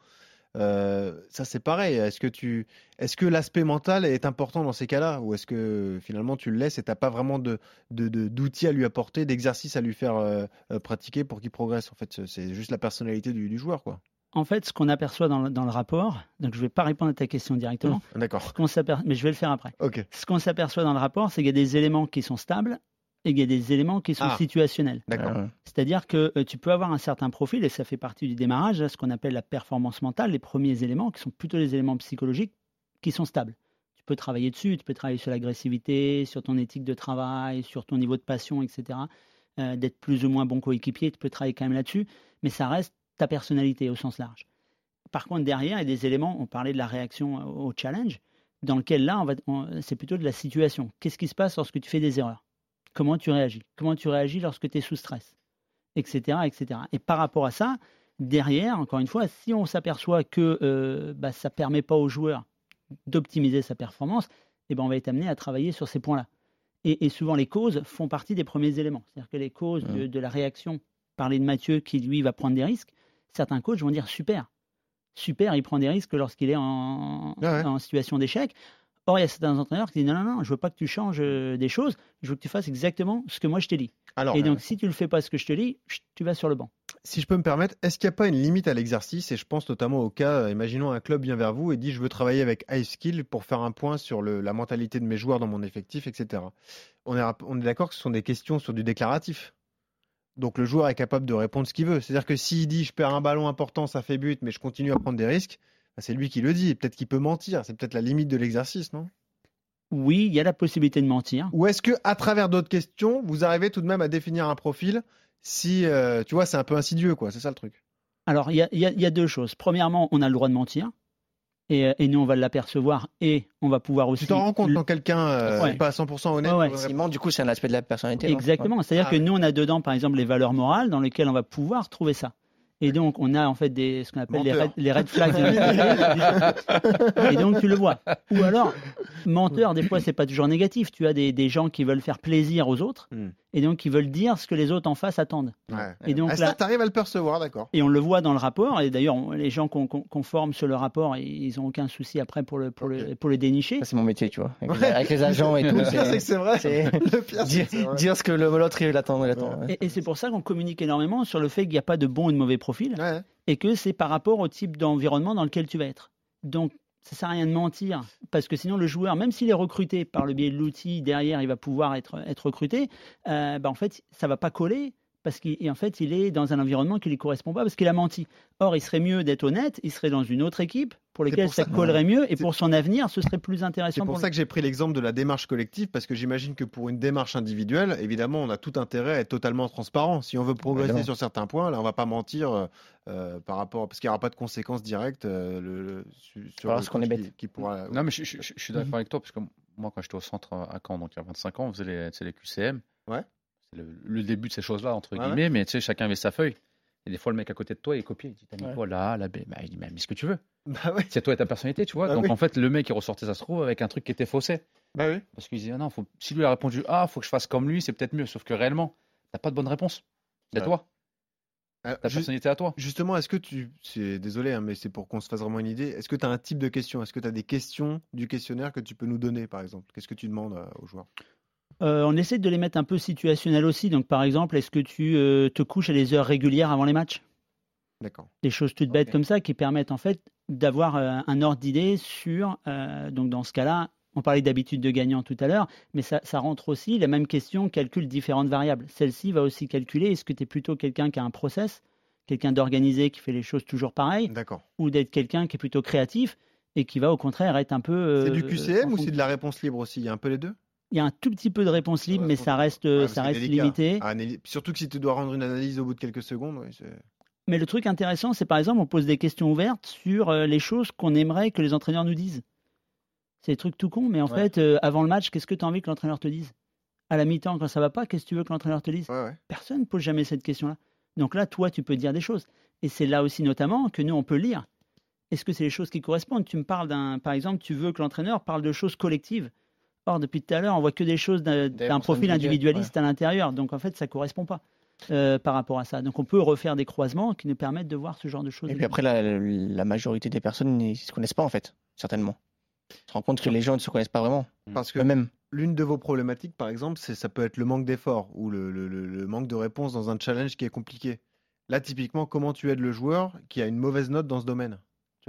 Euh, ça c'est pareil. Est-ce que tu, est-ce que l'aspect mental est important dans ces cas-là, ou est-ce que finalement tu le laisses et t'as pas vraiment de, de, de- d'outils à lui apporter, d'exercices à lui faire euh, euh, pratiquer pour qu'il progresse. En fait, c'est- c'est juste la personnalité du, du joueur, quoi. En fait, ce qu'on aperçoit dans le, dans le rapport, donc je ne vais pas répondre à ta question directement, D'accord. ce qu'on s'aper- mais je vais le faire après. Ok. Ce qu'on s'aperçoit dans le rapport, c'est qu'il y a des éléments qui sont stables et qu'il y a des éléments qui sont Ah. situationnels. D'accord. Euh, C'est-à-dire que euh, tu peux avoir un certain profil, et ça fait partie du démarrage, là, ce qu'on appelle la performance mentale, les premiers éléments, qui sont plutôt les éléments psychologiques, qui sont stables. Tu peux travailler dessus, tu peux travailler sur l'agressivité, sur ton éthique de travail, sur ton niveau de passion, et cetera. Euh, d'être plus ou moins bon coéquipier, tu peux travailler quand même là-dessus, mais ça reste ta personnalité au sens large. Par contre, derrière, il y a des éléments, on parlait de la réaction au challenge, dans lequel là, on va, on- c'est plutôt de la situation. Qu'est-ce qui se passe lorsque tu fais des erreurs? Comment tu réagis? Comment tu réagis lorsque tu es sous stress? Etc., et cetera. Et par rapport à ça, derrière, encore une fois, si on s'aperçoit que euh, bah, ça ne permet pas au joueur d'optimiser sa performance, eh ben, on va être amené à travailler sur ces points-là. Et, et souvent, les causes font partie des premiers éléments. C'est-à-dire que les causes de, de la réaction, parler de Mathieu qui, lui, va prendre des risques, certains coachs vont dire super. Super, il prend des risques lorsqu'il est en, Ah ouais. en situation d'échec. Or, il y a certains entraîneurs qui disent non, non, non, je veux pas que tu changes euh, des choses, je veux que tu fasses exactement ce que moi je t'ai dit. Alors, Et donc, si tu ne fais pas ce que je te dis, chut, tu vas sur le banc. Si je peux me permettre, est-ce qu'il n'y a pas une limite à l'exercice? Et je pense notamment au cas, euh, imaginons un club vient vers vous et dit je veux travailler avec iSkill pour faire un point sur le- la mentalité de mes joueurs dans mon effectif, et cetera. On est, rap- on est d'accord que ce sont des questions sur du déclaratif. Donc le joueur est capable de répondre ce qu'il veut. C'est-à-dire que s'il dit je perds un ballon important, ça fait but, mais je continue à prendre des risques, bah, c'est lui qui le dit. Et peut-être qu'il peut mentir. C'est peut-être la limite de l'exercice, non? Oui, il y a la possibilité de mentir. Ou est-ce que à travers d'autres questions, vous arrivez tout de même à définir un profil si, euh, tu vois, c'est un peu insidieux, quoi. C'est ça le truc. Alors, il y a, il y a- il y a deux choses. Premièrement, on a le droit de mentir. Et, euh, et nous, on va l'apercevoir et on va pouvoir aussi. Tu t'en rends compte quand quelqu'un euh, Ouais. n'est pas à cent pour cent honnête? Ouais, ouais. pour une S'il ment, du coup, c'est un aspect de la personnalité. non Exactement. C'est-à-dire Ah que ouais. nous, on a dedans, par exemple, les valeurs morales dans lesquelles on va pouvoir trouver ça. Et donc, on a en fait des, ce qu'on appelle les Menteur. red, les red flags. Et donc, tu le vois. Ou alors, menteur, des fois, c'est pas toujours négatif. Tu as des, des gens qui veulent faire plaisir aux autres Hmm. et donc qui veulent dire ce que les autres en face attendent. Ouais. Et donc Ah, là, ça, t'arrives à le percevoir, d'accord. et on le voit dans le rapport. Et d'ailleurs, on- les gens qu'on qu'on- qu'on forme sur le rapport, ils n'ont aucun souci après pour le, pour Ok. le, pour le dénicher. Ça, c'est mon métier, tu vois. Avec, les- Ouais. avec les agents et tout. Le pire, c'est que c'est vrai. c'est- Le pire, c'est dire, que c'est vrai. dire ce que le- l'autre il attend. Il attend ouais. Et, et c'est pour ça qu'on communique énormément sur le fait qu'il n'y a pas de bon et de mauvais profil. Ouais. Et que c'est par rapport au type d'environnement dans lequel tu vas être. Donc, ça sert à rien de mentir, parce que sinon le joueur, même s'il est recruté par le biais de l'outil, derrière il va pouvoir être, être recruté, euh, bah, en fait ça va pas coller, parce qu'en fait il est dans un environnement qui lui correspond pas, parce qu'il a menti. Or, il serait mieux d'être honnête, il serait dans une autre équipe, pour C'est lesquelles pour ça, ça- collerait mieux, et c'est- pour son avenir, ce serait plus C'est intéressant pour pour ça lui. que j'ai pris l'exemple de la démarche collective, parce que j'imagine que pour une démarche individuelle, évidemment, on a tout intérêt à être totalement transparent. Si on veut progresser Évidemment. sur certains points, là, on va pas mentir euh, euh, par rapport, parce qu'il n'y aura pas de conséquences directes euh, le- le- sur sur Alors, le ce qu'on est coach bête. qui, qui pourra. Non, mais je, je- je- je suis d'accord Mhm. avec toi, parce que moi, quand j'étais au centre à Caen, donc il y a vingt-cinq ans, on faisait les, tu sais, les Q C M. Ouais. C'est le, le début de ces choses-là, entre Ouais, guillemets, mais tu sais, chacun avait sa feuille. Et des fois, le mec à côté de toi, il copiait. Il dit, t'as mis Ouais. quoi là, là, B Bah, il dit, mais mets ce que tu veux. Bah oui. C'est toi et ta personnalité, tu vois. Bah donc, oui. en fait, le mec, il ressortait, ça se trouve, avec un truc qui était faussé. Bah oui. Parce qu'il disait, ah non, faut... si lui a répondu A, faut que je fasse comme lui, c'est peut-être mieux. Sauf que réellement, t'as pas de bonne réponse. C'est Ouais. toi, Alors, ta ju- personnalité à toi. Justement, est-ce que tu. C'est désolé, hein, mais c'est pour qu'on se fasse vraiment une idée. Est-ce que tu as un type de question? Est-ce que tu as des questions du questionnaire que tu peux nous donner, par exemple? Qu'est-ce que tu demandes euh, aux joueurs? Euh, on essaie de les mettre un peu situationnels aussi. Donc, par exemple, est-ce que tu euh, te couches à des heures régulières avant les matchs? D'accord. Des choses toutes bêtes Ok. comme ça qui permettent en fait d'avoir euh, un ordre d'idée sur, euh, donc dans ce cas-là, on parlait d'habitude de gagnant tout à l'heure, mais ça, ça rentre aussi, la même question calcule différentes variables. Celle-ci va aussi calculer, est-ce que tu es plutôt quelqu'un qui a un process, quelqu'un d'organisé qui fait les choses toujours pareilles, D'accord. ou d'être quelqu'un qui est plutôt créatif et qui va au contraire être un peu... euh, C'est du Q C M en ou fond- c'est de la réponse libre aussi? Il y a un peu les deux? Il y a un tout petit peu de réponse libre, mais ça reste, Ouais, euh, parce ça que reste délicat. limité. Ah, né- surtout que si tu dois rendre une analyse au bout de quelques secondes, oui, c'est- Mais le truc intéressant, c'est par exemple, on pose des questions ouvertes sur euh, les choses qu'on aimerait que les entraîneurs nous disent. C'est des trucs tout cons, mais en Ouais. fait, euh, avant le match, qu'est-ce que tu as envie que l'entraîneur te dise? À la mi-temps, quand ça va pas, qu'est-ce que tu veux que l'entraîneur te dise? ouais, ouais. Personne ne pose jamais cette question-là. Donc là, toi, tu peux dire des choses. Et c'est là aussi notamment que nous, on peut lire. Est-ce que c'est les choses qui correspondent? Tu me parles d'un, par exemple, tu veux que l'entraîneur parle de choses collectives. Or, depuis tout à l'heure, on voit que des choses d'un, Des d'un réponses profil individuelles, individualiste à l'intérieur. Donc en fait, ça correspond pas euh, par rapport à ça. Donc on peut refaire des croisements qui nous permettent de voir ce genre de choses. Et puis après, la, la majorité des personnes ils se connaissent pas en fait, certainement. Tu te rends compte que les gens ne se connaissent pas vraiment. Parce que Eux-mêmes. l'une de vos problématiques, par exemple, c'est ça peut être le manque d'effort ou le, le- le- le manque de réponse dans un challenge qui est compliqué. Là, typiquement, comment tu aides le joueur qui a une mauvaise note dans ce domaine?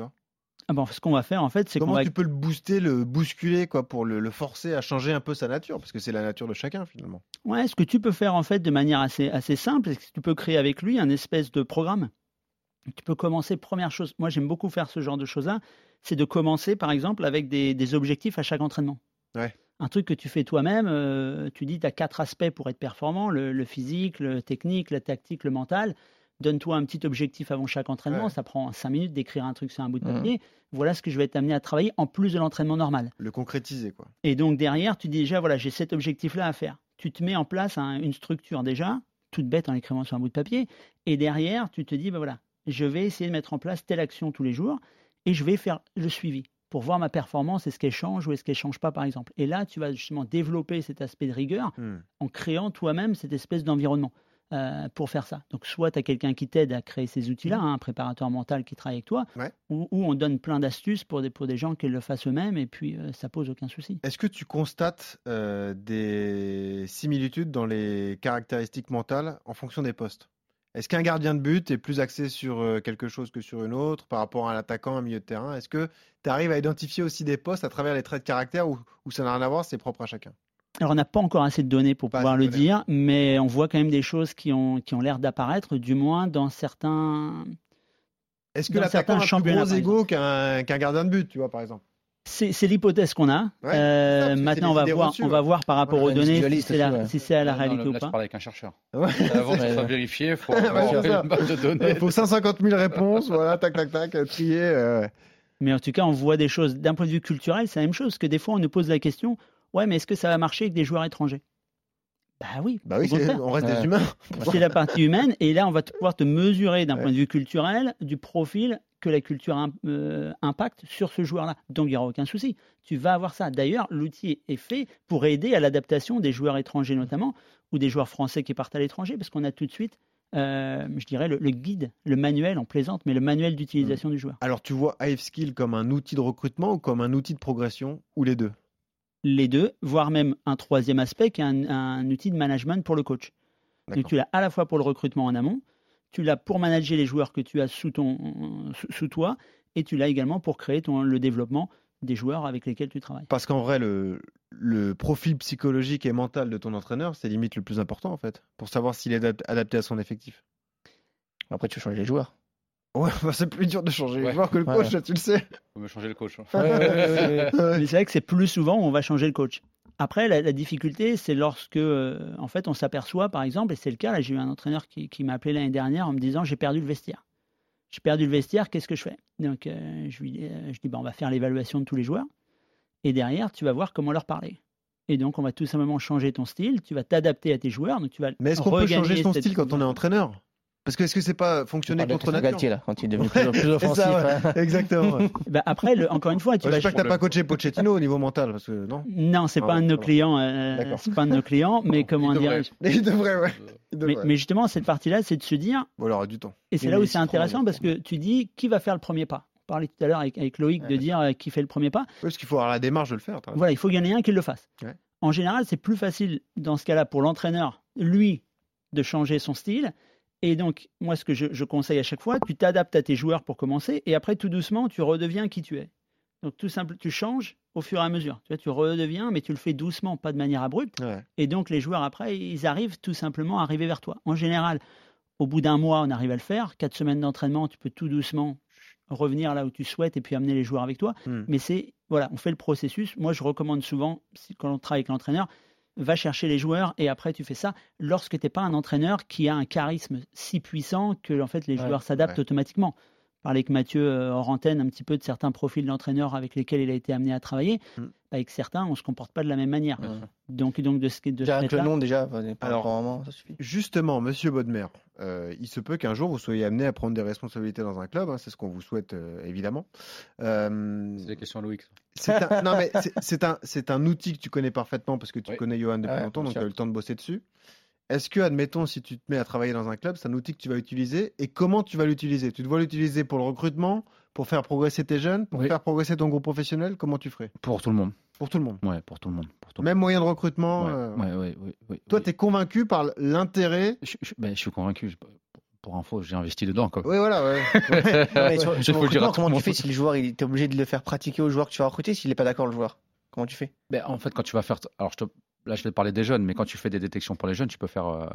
Ah bon, ce qu'on va faire en fait, c'est qu'on Comment va tu peux le booster, le bousculer, quoi, pour le, le forcer à changer un peu sa nature? Parce que c'est la nature de chacun, finalement. Ouais, ce que tu peux faire en fait de manière assez, assez simple, c'est que tu peux créer avec lui un espèce de programme. Tu peux commencer, première chose, moi j'aime beaucoup faire ce genre de choses-là, c'est de commencer par exemple avec des, des objectifs à chaque entraînement. Ouais. Un truc que tu fais toi-même, euh, tu dis tu as quatre aspects pour être performant, le, le physique, le technique, la tactique, le mental. Donne-toi un petit objectif avant chaque entraînement, Ouais. ça prend cinq minutes d'écrire un truc sur un bout de Mhm. papier. Voilà ce que je vais t'amener à travailler en plus de l'entraînement normal. Le concrétiser, quoi. Et donc derrière, tu dis déjà, voilà, j'ai cet objectif-là à faire. Tu te mets en place un- une structure déjà, toute bête en l'écrivant sur un bout de papier. Et derrière, tu te dis, ben voilà, je vais essayer de mettre en place telle action tous les jours et je vais faire le suivi pour voir ma performance, est-ce qu'elle change ou est-ce qu'elle change pas, par exemple. Et là, tu vas justement développer cet aspect de rigueur Hmm. en créant toi-même cette espèce d'environnement euh, pour faire ça. Donc, soit tu as quelqu'un qui t'aide à créer ces outils-là, hein, un préparateur mental qui travaille avec toi, Ouais. ou, ou on donne plein d'astuces pour des, pour des gens qui le fassent eux-mêmes et puis euh, ça pose aucun souci. Est-ce que tu constates euh, des similitudes dans les caractéristiques mentales en fonction des postes? Est-ce qu'un gardien de but est plus axé sur euh, quelque chose que sur une autre par rapport à un attaquant, un milieu de terrain? Est-ce que tu arrives à identifier aussi des postes à travers les traits de caractère ou, ou ça n'a rien à voir, c'est propre à chacun? Alors, on n'a pas encore assez de données pour Pas pouvoir assez le de données. dire, mais on voit quand même des choses qui ont, qui ont l'air d'apparaître, du moins dans certains. Est-ce que Dans l'attaquant a certains un plus championnats, gros par ego qu'un qu'un gardien de but, tu vois, par exemple? C'est, c'est l'hypothèse qu'on a. Ouais, Euh, c'est ça, parce que maintenant, c'est on va, les idées voir, reçues, on va ouais. voir par rapport Ouais, aux données si individualiste c'est, la, aussi, ouais. si c'est à la Non, réalité là, ou là, pas. tu parles avec un chercheur. Ouais. Avant que ce Ouais, soit ouais. vérifié, il faut Ouais, avoir c'est ça. une base de données. Il faut cent cinquante mille réponses, voilà, tac, tac, tac, euh, trier. euh, ouais. Mais en tout cas, on voit des choses. D'un point de vue culturel, c'est la même chose. Parce que des fois, on nous pose la question, ouais, mais est-ce que ça va marcher avec des joueurs étrangers? Bah oui, Bah oui, au c'est- contraire. on reste des Ouais. humains. C'est la partie humaine. Et là, on va te- pouvoir te mesurer d'un Ouais. point de vue culturel du profil que la culture im- euh, impacte sur ce joueur-là. Donc, il n'y aura aucun souci. Tu vas avoir ça. D'ailleurs, l'outil est fait pour aider à l'adaptation des joueurs étrangers notamment, ou des joueurs français qui partent à l'étranger, parce qu'on a tout de suite, euh, je dirais, le, le guide, le manuel, on plaisante, mais le manuel d'utilisation du joueur. Alors, tu vois iFskill comme un outil de recrutement ou comme un outil de progression, ou les deux? Les deux, voire même un troisième aspect qui est un, un outil de management pour le coach. Donc D'accord. tu l'as à la fois pour le recrutement en amont, tu l'as pour manager les joueurs que tu as sous, ton, sous, sous toi, et tu l'as également pour créer ton, le développement des joueurs avec lesquels tu travailles. Parce qu'en vrai, le, le profil psychologique et mental de ton entraîneur, c'est limite le plus important, en fait, pour savoir s'il est adap- adapté à son effectif. Après, tu changes les joueurs. Ouais, bah, c'est plus dur de changer les Ouais. joueurs que le Ouais. coach, ça, tu le sais. faut me changer le coach. hein. Mais c'est vrai que c'est plus souvent où on va changer le coach. Après, la, la difficulté, c'est lorsque, euh, en fait, on s'aperçoit, par exemple, et c'est le cas, là, j'ai eu un entraîneur qui, qui m'a appelé l'année dernière en me disant, j'ai perdu le vestiaire. J'ai perdu le vestiaire, qu'est-ce que je fais? Donc, euh, je lui dis, euh, je dis bah, on va faire l'évaluation de tous les joueurs, et derrière, tu vas voir comment leur parler. Et donc, on va tout simplement changer ton style, tu vas t'adapter à tes joueurs, donc tu vas Mais est-ce qu'on peut regagner changer son cette- style quand on est entraîneur? Parce que est-ce que c'est pas Tu fonctionner parles de contre Christophe nature? Galtier, là, quand il est devenu Ouais, plus, plus c'est offensif. ça, ouais. hein. Exactement. Ouais. Bah, après, le- encore une fois, tu Ouais, vas J'espère que t'as pas coaché Pochettino au niveau mental, parce que non. Non, c'est Ah pas ouais, un de nos ça va. clients. euh, D'accord. c'est pas un de nos clients, mais comment Il dire devrait. Il devrait, ouais. Il mais, devrait. mais justement, cette partie-là, c'est de se dire, Bon, il aura du temps. et c'est Oui, là où mais c'est il se prend, intéressant il parce se que tu dis qui va faire le premier pas. On parlait tout à l'heure avec, avec Loïc de Ouais. dire euh, qui fait le premier pas. Oui, parce qu'il faut avoir la démarche de le faire. t'as raison. Voilà, il faut qu'il y en ait un qui le fasse. Ouais. En général, c'est plus facile dans ce cas-là pour l'entraîneur, lui, de changer son style. Et donc, moi, ce que je, je conseille à chaque fois, tu t'adaptes à tes joueurs pour commencer, et après, tout doucement, tu redeviens qui tu es. Donc, tout simple, tu changes au fur et à mesure. Tu vois, tu redeviens, mais tu le fais doucement, pas de manière abrupte. Ouais. Et donc, les joueurs, après, ils arrivent tout simplement à arriver vers toi. En général, au bout d'un mois, on arrive à le faire. Quatre semaines d'entraînement, tu peux tout doucement revenir là où tu souhaites et puis amener les joueurs avec toi. Hmm. Mais c'est, voilà, on fait le processus. Moi, je recommande souvent, si- quand on travaille avec l'entraîneur, va chercher les joueurs et après tu fais ça lorsque tu n'es pas un entraîneur qui a un charisme si puissant que en fait, les Ouais, joueurs s'adaptent ouais. automatiquement. Parler avec Mathieu euh, hors antenne un petit peu de certains profils d'entraîneurs avec lesquels il a été amené à travailler. Mm. Avec certains, on ne se comporte pas de la même manière. Ouais. Donc, donc de ce, de ce Déjà, avec le fait-là, nom, déjà, enfin, pas Alors, vraiment, ça suffit. Justement, Monsieur Bodmer, euh, il se peut qu'un jour vous soyez amené à prendre des responsabilités dans un club. Hein, c'est ce qu'on vous souhaite euh, évidemment. Euh, C'est la question à Loïc. c'est un, non mais c'est- c'est un, c'est un outil que tu connais parfaitement parce que tu Oui. connais Johan depuis Ouais, longtemps, bien donc tu sûr. as eu le temps de bosser dessus. Est-ce que, admettons, si tu te mets à travailler dans un club, c'est un outil que tu vas utiliser et comment tu vas l'utiliser? Tu dois l'utiliser pour le recrutement, pour faire progresser tes jeunes, pour Oui. faire progresser ton groupe professionnel? Comment tu ferais? Pour tout le monde. Pour tout le monde. Ouais, pour tout le monde. Pour tout le Même moyen de recrutement. monde. euh, Ouais, ouais, ouais, ouais, ouais, Toi, ouais. tu es convaincu par l'intérêt. Je, je- ben, je suis convaincu. Je- Pour info, j'ai investi dedans. Quoi. Oui, voilà, ouais. Ouais. Non, mais sur- Je sur le faut le dire à recrutement, tout comment le tu monde. fais si le joueur il est obligé de le faire pratiquer au joueur que tu vas recruter s'il n'est pas d'accord le joueur? Comment tu fais? Ben, en fait, quand tu vas faire, alors je te, là, je vais te parler des jeunes, mais quand tu fais des détections pour les jeunes, tu peux faire, euh,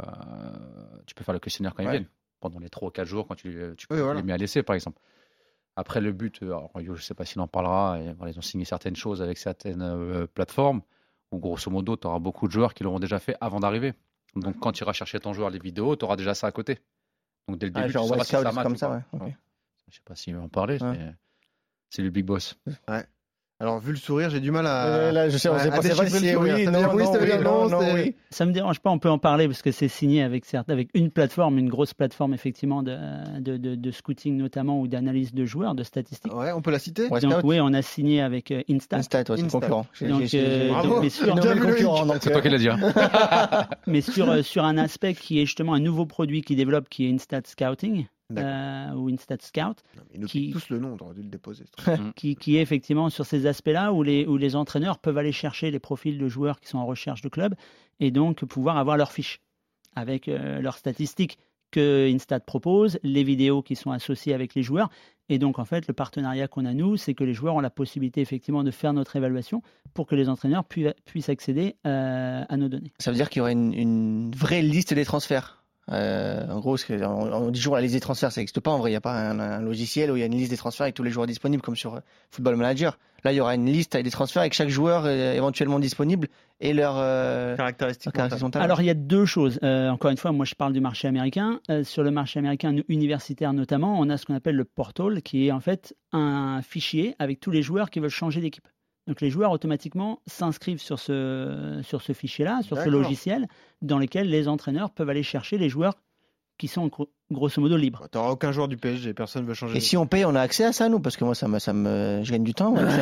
tu peux faire le questionnaire quand ils Ouais. viennent, pendant les trois ou quatre jours, quand tu, tu Oui, peux voilà. les mets à l'essai, par exemple. Après, le but, euh, alors, Yo, je ne sais pas s'il en parlera, et, voilà, ils ont signé certaines choses avec certaines euh, plateformes, où grosso modo, tu auras beaucoup de joueurs qui l'auront déjà fait avant d'arriver. Donc, quand tu iras chercher ton joueur les vidéos, tu auras déjà ça à côté. Donc, dès le Ah, début, genre tu sauras White si ça Scout, match comme ou ça, pas. ouais. ok. Ouais. Je sais pas s'il veut en parler, Ouais. mais c'est le big boss. Alors, vu le sourire, j'ai du mal à. Euh, là, je sais, on à- sait à pas, c'est pas déchiffrer si le sourire. oui, Ça veut dire non, oui, non, ça veut dire oui, non, non, c'est- oui. ça me dérange pas, on peut en parler parce que c'est signé avec, certes, avec une plateforme, une grosse plateforme effectivement de, de, de- de scouting notamment ou d'analyse de joueurs, de statistiques. Ouais, on peut la citer. Ouais, Donc Scout. oui, on a signé avec euh, Instat. Instat, ouais, c'est Instat. concurrent. J'ai- Donc, j'ai- j'ai- euh, Bravo. donc, mais sur, Nommé Bien vu, concurrent, Loïc. donc, C'est toi euh, qui l'as dit. Hein. mais sur, euh, sur un aspect qui est justement un nouveau produit qui développe, qui est Instat Scouting D'accord. euh, ou Instat Scout, Non, mais ils nous qui- piquent tous le nom, on aurait dû le déposer. qui, qui est effectivement sur ces aspects-là où les, où les entraîneurs peuvent aller chercher les profils de joueurs qui sont en recherche de club et donc pouvoir avoir leurs fiches avec euh, leurs statistiques que Instat propose, les vidéos qui sont associées avec les joueurs. Et donc, en fait, le partenariat qu'on a, nous, c'est que les joueurs ont la possibilité, effectivement, de faire notre évaluation pour que les entraîneurs pu- puissent accéder euh, à nos données. Ça veut dire qu'il y aurait une, une vraie liste des transferts. Euh, en gros, ce que- on, on dit toujours la liste des transferts, ça n'existe pas en vrai. Il n'y a pas un, un logiciel où il y a une liste des transferts avec tous les joueurs disponibles comme sur euh, Football Manager. Là, il y aura une liste avec des transferts avec chaque joueur euh, éventuellement disponible et leur euh, Caractéristiques. leurs caractéristiques mentales. Alors, il y a deux choses. Euh, encore une fois, moi, je parle du marché américain. Euh, sur le marché américain nous, universitaire notamment, on a ce qu'on appelle le portal, qui est en fait un fichier avec tous les joueurs qui veulent changer d'équipe. Donc, les joueurs automatiquement s'inscrivent sur ce, sur ce fichier-là, sur ce D'accord. logiciel, dans lequel les entraîneurs peuvent aller chercher les joueurs qui sont gro- grosso modo libres. Tu n'auras aucun joueur du P S G, personne ne veut changer. Et si on paye, on a accès à ça, nous, parce que moi, ça me, ça me, je gagne du temps. ouais,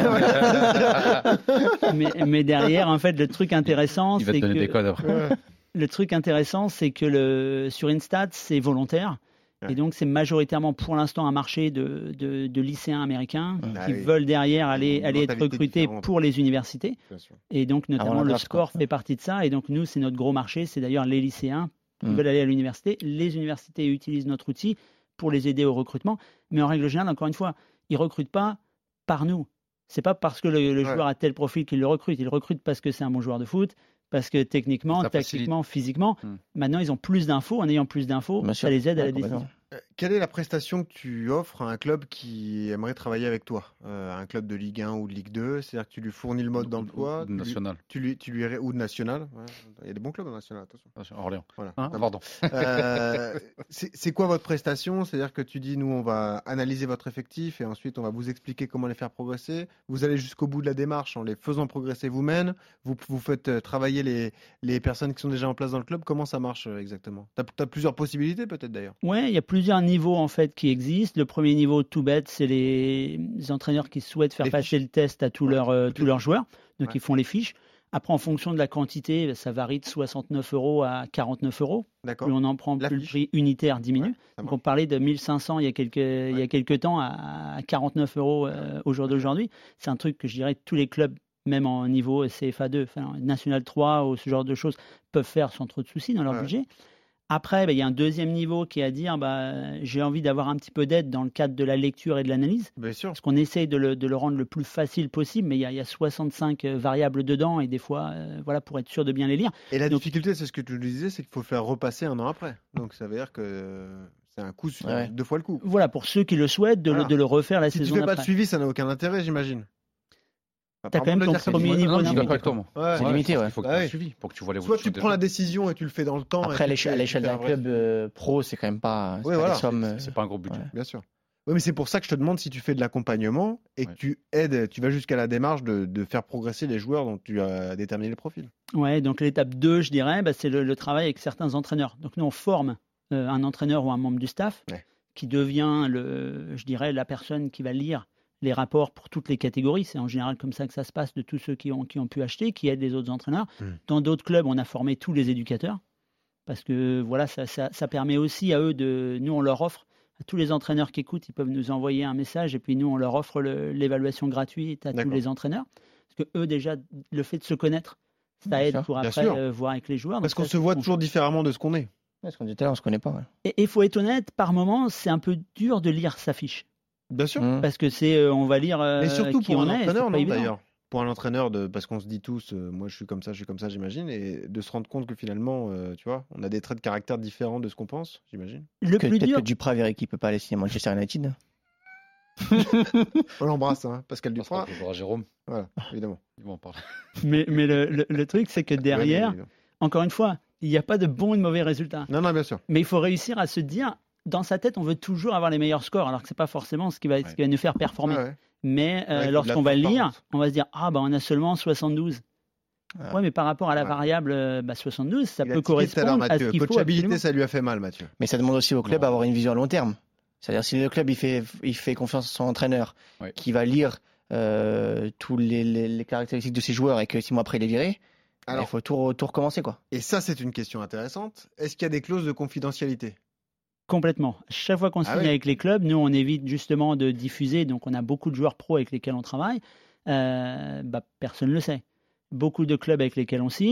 ça. mais, mais derrière, en fait, le truc intéressant, Il va te c'est donner des que codes après. Ouais. le truc intéressant, c'est que le, sur Instat, c'est volontaire. Ouais. Et donc, c'est majoritairement pour l'instant un marché de, de, de lycéens américains Ah qui oui. veulent derrière aller, Une aller être mentalité recrutés différente. pour les universités. Bien sûr. Et donc, Avant notamment, la le draft, sport quoi. fait partie de ça. Et donc, nous, c'est notre gros marché. C'est d'ailleurs les lycéens qui Mm. veulent aller à l'université. Les universités utilisent notre outil pour les aider au recrutement. Mais en règle générale, encore une fois, ils ne recrutent pas par nous. C'est pas parce que le, le Ouais. joueur a tel profil qu'il le recrute. Ils le recrutent parce que c'est un bon joueur de foot, parce que techniquement, Ça facilite. tactiquement, physiquement, Hmm. maintenant, ils ont plus d'infos. En ayant plus d'infos, Bien ça sûr. les aide à Ouais, la complètement. décision. Euh, Quelle est la prestation que tu offres à un club qui aimerait travailler avec toi, Euh, un club de Ligue un ou de Ligue deux? C'est-à-dire que tu lui fournis le mode Ou- d'emploi, ou tu lui- national. tu lui, tu lui ré- ou de national. Ouais. Il y a des bons clubs en national, attention. Attention, Orléans. Voilà. Hein, Ah, pardon. Euh, c'est c'est quoi votre prestation? C'est-à-dire que tu dis, nous, on va analyser votre effectif et ensuite on va vous expliquer comment les faire progresser. Vous allez jusqu'au bout de la démarche en les faisant progresser vous-même. Vous, vous faites euh, travailler les, les personnes qui sont déjà en place dans le club. Comment ça marche euh, exactement? Tu as plusieurs possibilités peut-être d'ailleurs. Ouais, il y a plusieurs niveaux en fait qui existent. Le premier niveau, tout bête, c'est les entraîneurs qui souhaitent faire Les passer fiches. le test à tous Ouais, leurs euh, toutes tous les leurs fiches. joueurs. Donc Ouais. ils font les fiches. Après, en fonction de la quantité, ça varie de soixante-neuf euros à quarante-neuf euros. D'accord. Plus on en prend, La plus le fiche. prix unitaire diminue. Ouais, ça Donc marche. on parlait de mille cinq cents il y a quelques, il y a quelques temps à quarante-neuf euros euh, au jour d'aujourd'hui. C'est un truc que je dirais tous les clubs, même en niveau C F A deux, enfin, National trois ou ce genre de choses, peuvent faire sans trop de soucis dans leur Ouais. budget. Après, bah, il y a un deuxième niveau qui est à dire bah, j'ai envie d'avoir un petit peu d'aide dans le cadre de la lecture et de l'analyse. Bien sûr. Parce qu'on essaye de le, de le rendre le plus facile possible, mais il y a, il y a soixante-cinq euh, variables dedans et des fois, euh, voilà, pour être sûr de bien les lire. Et la Donc- difficulté, c'est ce que tu disais, c'est qu'il faut le faire repasser un an après. Donc ça veut dire que euh, c'est un coup sur Ouais. deux fois le coup. Voilà, pour ceux qui le souhaitent, de, Voilà. le, de le refaire la Si tu saison fais pas de d'après. suivi, ça n'a aucun intérêt, j'imagine. Enfin, T'as pardon quand même de le ton dire comme premier ça. niveau Non, je suis d'un- d'accord avec toi, moi. Ouais. C'est limité, ouais. Il faut que Ah tu aies oui. un suivi pour que tu vois Soit l'évolution. tu des prends la joueurs. décision et tu le fais dans le temps. Après, à et tu l'échelle fais- à tu l'échelle fais d'un un vrai- club euh, pro, c'est quand même pas, c'est Ouais, pas voilà. des sommes. euh, C'est pas un gros budget. ouais. Bien sûr. Oui, mais c'est pour ça que je te demande si tu fais de l'accompagnement et que Ouais. tu aides, tu vas jusqu'à la démarche de, de faire progresser les joueurs dont tu as déterminé le profil. Ouais, donc l'étape deux, je dirais, bah, c'est le, le travail avec certains entraîneurs. Donc nous, on forme euh, un entraîneur ou un membre du staff Ouais. qui devient, le, je dirais, la personne qui va lire les rapports pour toutes les catégories. C'est en général comme ça que ça se passe de tous ceux qui ont, qui ont pu acheter, qui aident les autres entraîneurs. Mm. Dans d'autres clubs, on a formé tous les éducateurs parce que voilà, ça, ça, ça permet aussi à eux de... Nous, on leur offre, à tous les entraîneurs qui écoutent, ils peuvent nous envoyer un message et puis nous, on leur offre le- l'évaluation gratuite à tous D'accord. les entraîneurs. Parce que eux, déjà, le fait de se connaître, ça Bien aide sûr. pour Bien après sûr. euh, voir avec les joueurs. Parce Donc qu'on ça, se c'est voit bon. toujours différemment de ce qu'on est. Ouais, ce qu'on disait tout à l'heure, on se connaît pas. Ouais. Et il faut être honnête, par moment, c'est un peu dur de lire sa fiche. Bien sûr. Mmh. Parce que c'est, euh, on va lire euh, Mais surtout qui pour on un est. et entraîneur, c'est pas non, évident. d'ailleurs. Pour un entraîneur, de, parce qu'on se dit tous, euh, moi je suis comme ça, je suis comme ça, j'imagine, et de se rendre compte que finalement, euh, tu vois, on a des traits de caractère différents de ce qu'on pense, j'imagine. Le Que- plus Peut-être dur, que Duprat verrait qu'il peut pas aller signer à Manchester United. On l'embrasse, hein, Pascal Je pense Duprat. qu'on jouera Jérôme. Voilà, évidemment. Ils vont en parler. mais, mais le, le- le truc, c'est que Ouais, derrière, mais- encore une fois, il n'y a pas de bons et de mauvais résultats. Non, non, bien sûr. Mais il faut réussir à se dire, dans sa tête, on veut toujours avoir les meilleurs scores, alors que c'est pas forcément ce qui va, ce qui va nous faire performer. Ouais, ouais. Mais euh, Ouais, il faut de la lorsqu'on va le lire, transparence. on va se dire, ah bah on a seulement soixante-douze. Ah. Ouais, mais par rapport à la Ouais. variable euh, bah, soixante-douze, ça Il a peut tiqué tout à l'heure, correspondre à ce Mathieu. qu'il faut. Coachabilité, absolument. ça lui a fait mal, Mathieu. Mais ça demande aussi au club Non. d'avoir une vision à long terme. C'est-à-dire si le club il fait, il fait confiance à son entraîneur, Ouais. qui va lire euh, tous les, les- les caractéristiques de ses joueurs et que six mois après il est viré, Alors, il faut tout, tout recommencer quoi. et ça, c'est une question intéressante. Est-ce qu'il y a des clauses de confidentialité? Complètement. Chaque fois qu'on Ah signe oui. avec les clubs, nous, on évite justement de diffuser. Donc, on a beaucoup de joueurs pros avec lesquels on travaille. Euh, bah, personne ne le sait. Beaucoup de clubs avec lesquels on signe,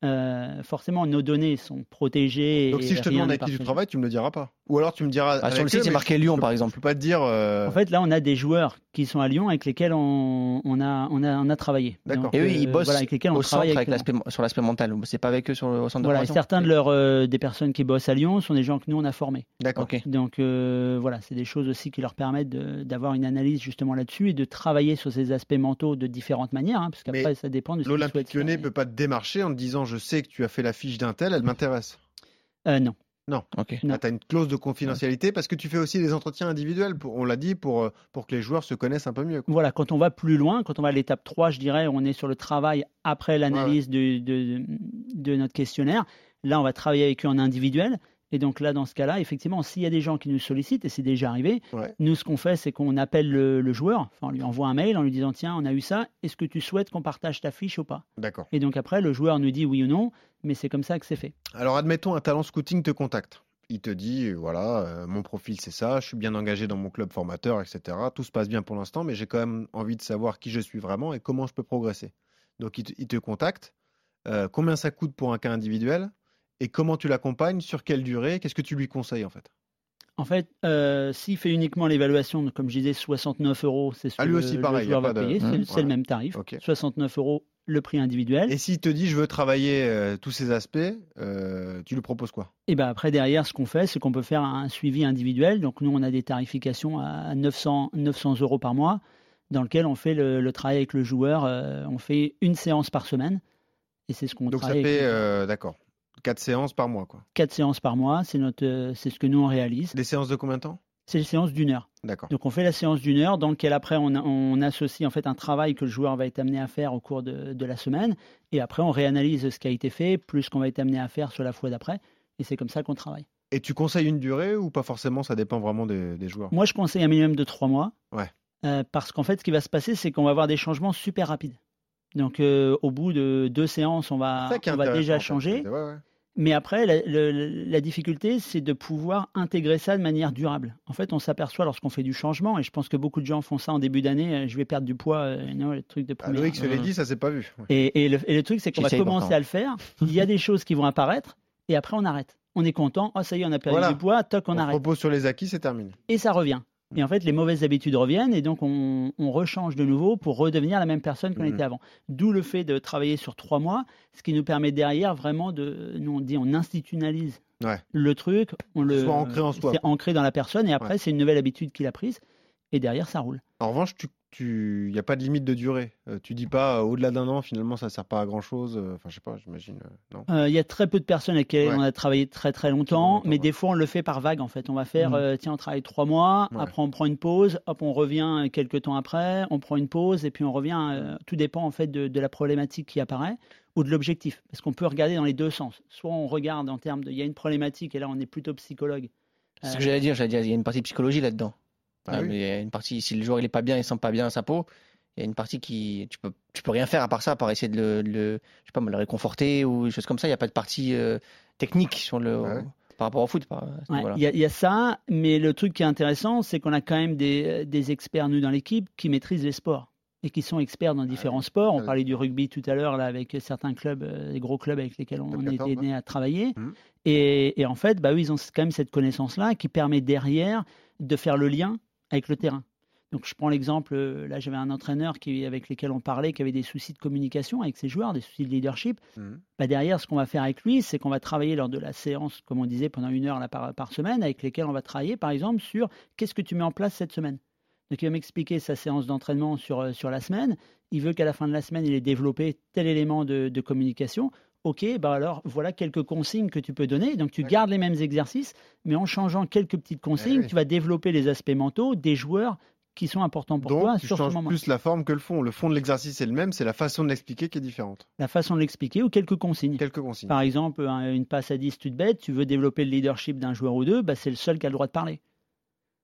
euh, forcément, nos données sont protégées. Donc et si je te rien demande n'est avec qui tu partagé. travailles, tu me le diras pas. Ou alors tu me diras. Ah, sur avec le site, eux, c'est mais marqué je Lyon, peux- par Je exemple. peux pas te dire. euh, En fait, là, on a des joueurs qui sont à Lyon avec lesquels on, on, a, on, a, on a travaillé. D'accord. Donc, Et eux, euh, ils bossent voilà, avec lesquels on au centre travaille avec actuellement. l'aspect- sur l'aspect mental. C'est pas avec eux sur le, au centre de Voilà, et formation. certains de leurs, euh, des personnes qui bossent à Lyon sont des gens que nous, on a formés. D'accord. Ok. Donc euh, voilà, c'est des choses aussi qui leur permettent de- d'avoir une analyse justement là-dessus et de travailler sur ces aspects mentaux de différentes manières, hein, parce qu'après, Mais ça dépend de ce qu'ils L'Olympique souhaitent Lyonnais faire. peut pas te démarcher en te disant je sais que tu as fait la fiche d'un tel, elle m'intéresse. Euh, non. Ok. Non. Tu as une clause de confidentialité parce que tu fais aussi des entretiens individuels, pour, on l'a dit, pour, euh, pour que les joueurs se connaissent un peu mieux. quoi. Voilà, quand on va plus loin, quand on va à l'étape trois, je dirais, on est sur le travail après l'analyse de, de, de notre questionnaire. Là, on va travailler avec eux en individuel. Et donc là, dans ce cas-là, effectivement, s'il y a des gens qui nous sollicitent, et c'est déjà arrivé, Ouais. nous, ce qu'on fait, c'est qu'on appelle le, le joueur, enfin, on lui envoie un mail en lui disant, tiens, on a eu ça, est-ce que tu souhaites qu'on partage ta fiche ou pas? D'accord. Et donc après, le joueur nous dit oui ou non, mais c'est comme ça que c'est fait. Alors admettons un talent scouting te contacte. Il te dit euh, voilà, euh, mon profil c'est ça, je suis bien engagé dans mon club formateur, et cetera. Tout se passe bien pour l'instant, mais j'ai quand même envie de savoir qui je suis vraiment et comment je peux progresser. Donc il te, il te contacte. Euh, combien ça coûte pour un cas individuel et comment tu l'accompagnes, sur quelle durée, qu'est-ce que tu lui conseilles en fait? En fait, euh, s'il fait uniquement l'évaluation, donc comme je disais, soixante-neuf euros, c'est ce Ah, que lui le, aussi, le pareil, joueur y a va pas de- payer, c'est Mmh. c'est Voilà. le même tarif, Ok. soixante-neuf euros le prix individuel. Et s'il te dit je veux travailler euh, tous ces aspects, euh, tu lui proposes quoi? Et ben après, derrière, ce qu'on fait, c'est qu'on peut faire un suivi individuel. Donc nous, on a des tarifications à neuf cents, neuf cents euros par mois, dans lequel on fait le, le travail avec le joueur. euh, on fait une séance par semaine. Et c'est ce qu'on Donc ça travaille avec fait, le- euh, d'accord, quatre séances par mois quoi. quatre séances par mois. C'est notre, euh, c'est ce que nous, on réalise. Des séances de combien de temps? C'est les séances d'une heure. D'accord. Donc on fait la séance d'une heure dans laquelle après on, on associe en fait un travail que le joueur va être amené à faire au cours de, de la semaine et après on réanalyse ce qui a été fait plus ce qu'on va être amené à faire sur la fois d'après et c'est comme ça qu'on travaille. Et tu conseilles une durée ou pas forcément? Ça dépend vraiment des, des joueurs. Moi je conseille un minimum de trois mois Ouais. euh, parce qu'en fait ce qui va se passer c'est qu'on va avoir des changements super rapides. Donc euh, au bout de deux séances on va, C'est ça qui est on va intéressant, déjà en fait. changer. Ouais, ouais. Mais après, la, le- la difficulté, c'est de pouvoir intégrer ça de manière durable. En fait, on s'aperçoit lorsqu'on fait du changement, et je pense que beaucoup de gens font ça en début d'année, euh, je vais perdre du poids, euh, non, le truc de Ah, première. Loïc se l'est Mmh. dit, ça s'est pas vu. Ouais. Et, et le, et le truc, c'est qu'on va J'essaye commencer pourtant. à le faire, il y a des choses qui vont apparaître, et après on arrête. On est content, oh ça y est, on a perdu Voilà. du poids, toc, on, On arrête. repose sur les acquis, c'est terminé. Et ça revient. Et en fait, les mauvaises habitudes reviennent, et donc on, on rechange de nouveau pour redevenir la même personne qu'on Mhm. était avant. D'où le fait de travailler sur trois mois, ce qui nous permet derrière vraiment de, nous on dit, on institutionnalise Ouais. le truc, on le, Soit ancré en soi, c'est quoi. ancré dans la personne, et après Ouais. c'est une nouvelle habitude qu'il a prise, et derrière ça roule. En revanche, tu, tu, y a pas de limite de durée. Euh, tu dis pas euh, au-delà d'un an, finalement, ça sert pas à grand chose. Enfin, je sais pas, j'imagine. euh, non. Euh, Il y a très peu de personnes avec lesquelles Ouais. on a travaillé très très longtemps, longtemps, mais ouais. des fois on le fait par vague en fait. On va faire, Mhm. euh, tiens, on travaille trois mois, Ouais. après on prend une pause, hop, on revient quelques temps après, on prend une pause et puis on revient. euh, tout dépend en fait de, de la problématique qui apparaît ou de l'objectif, parce qu'on peut regarder dans les deux sens. Soit on regarde en termes de, il y a une problématique et là on est plutôt psychologue. C'est ce Euh, que j'allais dire. J'allais dire, il y a une partie psychologie là-dedans. Ah Ouais, oui. mais il y a une partie, si le joueur il est pas bien, il sent pas bien sa peau, il y a une partie qui, tu peux, tu peux rien faire à part ça, à part essayer de le, de le- je sais pas, me le réconforter ou des choses comme ça. Il n'y a pas de partie euh, technique sur le, Ouais. par rapport au foot. Par, à ce Ouais, niveau-là. Il y, a- il y a ça, mais le truc qui est intéressant, c'est qu'on a quand même des, des experts, nous, dans l'équipe, qui maîtrisent les sports et qui sont experts dans différents oui. sports. On Ah, parlait du rugby tout à l'heure, là, avec certains clubs, euh, des gros clubs avec lesquels on Top a été quatorze, amené à travailler. Mhm. Et, et en fait, bah, eux, ils ont quand même cette connaissance-là qui permet derrière de faire le lien avec le terrain. Donc, je prends l'exemple, euh, là, j'avais un entraîneur qui, avec lequel on parlait, qui avait des soucis de communication avec ses joueurs, des soucis de leadership. Mhm. Bah, derrière, ce qu'on va faire avec lui, c'est qu'on va travailler lors de la séance, comme on disait, pendant une heure là, par, par semaine, avec lesquels on va travailler, par exemple, sur qu'est-ce que tu mets en place cette semaine. Donc, il va m'expliquer sa séance d'entraînement sur, euh, sur la semaine. Il veut qu'à la fin de la semaine, il ait développé tel élément de, de communication. Ok, bah alors voilà quelques consignes que tu peux donner. Donc, tu D'accord. gardes les mêmes exercices, mais en changeant quelques petites consignes, Eh oui. tu vas développer les aspects mentaux des joueurs qui sont importants pour toi Donc, tu sur ce changes moment. plus la forme que le fond. Le fond de l'exercice est le même, c'est la façon de l'expliquer qui est différente. La façon de l'expliquer ou quelques consignes. Quelques consignes. Par exemple, un- une passe à dix, tu te bêtes, tu veux développer le leadership d'un joueur ou deux, bah, c'est le seul qui a le droit de parler.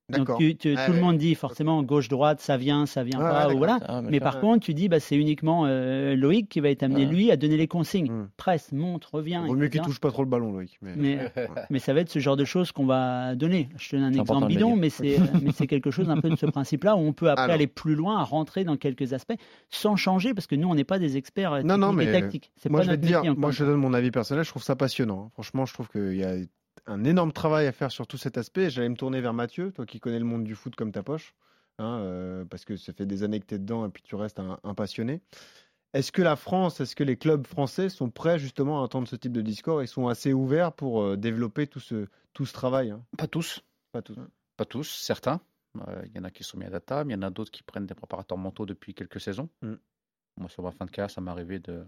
D'accord. Donc tu, tu, Ouais, tout le ouais. monde dit forcément gauche-droite, ça vient, ça vient Ouais, pas, ouais, ou d'accord. voilà. Ah, bien Mais sûr. par Ouais. contre, tu dis, bah, c'est uniquement euh, Loïc qui va être amené, Ouais. lui, à donner les consignes. Mm. Presse, monte, reviens, Vaut mieux qu'il et cetera. touche pas trop le ballon, Loïc. Mais... Mais, mais ça va être ce genre de choses qu'on va donner. Je te donne un C'est important exemple de le bidon, dire. mais c'est, mais c'est quelque chose un peu de ce principe-là où on peut après Alors. aller plus loin, à rentrer dans quelques aspects, sans changer, parce que nous, on n'est pas des experts euh, Non, techniques non, et mais tactiques. C'est moi, pas je vais notre te dire, métier, encore moi, une je te fois. donne mon avis personnel. Je trouve ça passionnant. hein. Franchement, je trouve qu'il y a un énorme travail à faire sur tout cet aspect. J'allais me tourner vers Mathieu, toi qui connais le monde du foot comme ta poche, hein, euh, parce que ça fait des années que tu es dedans et puis tu restes un, un passionné. Est-ce que la France, est-ce que les clubs français sont prêts justement à entendre ce type de discours et sont assez ouverts pour euh, développer tout ce, tout ce travail hein Pas tous, Pas tous. pas tous, certains. Euh, Il y en a qui sont mis à la table, il y en a d'autres qui prennent des préparateurs mentaux depuis quelques saisons. Mm. Moi, sur ma fin de carrière, ça m'est arrivé de, de-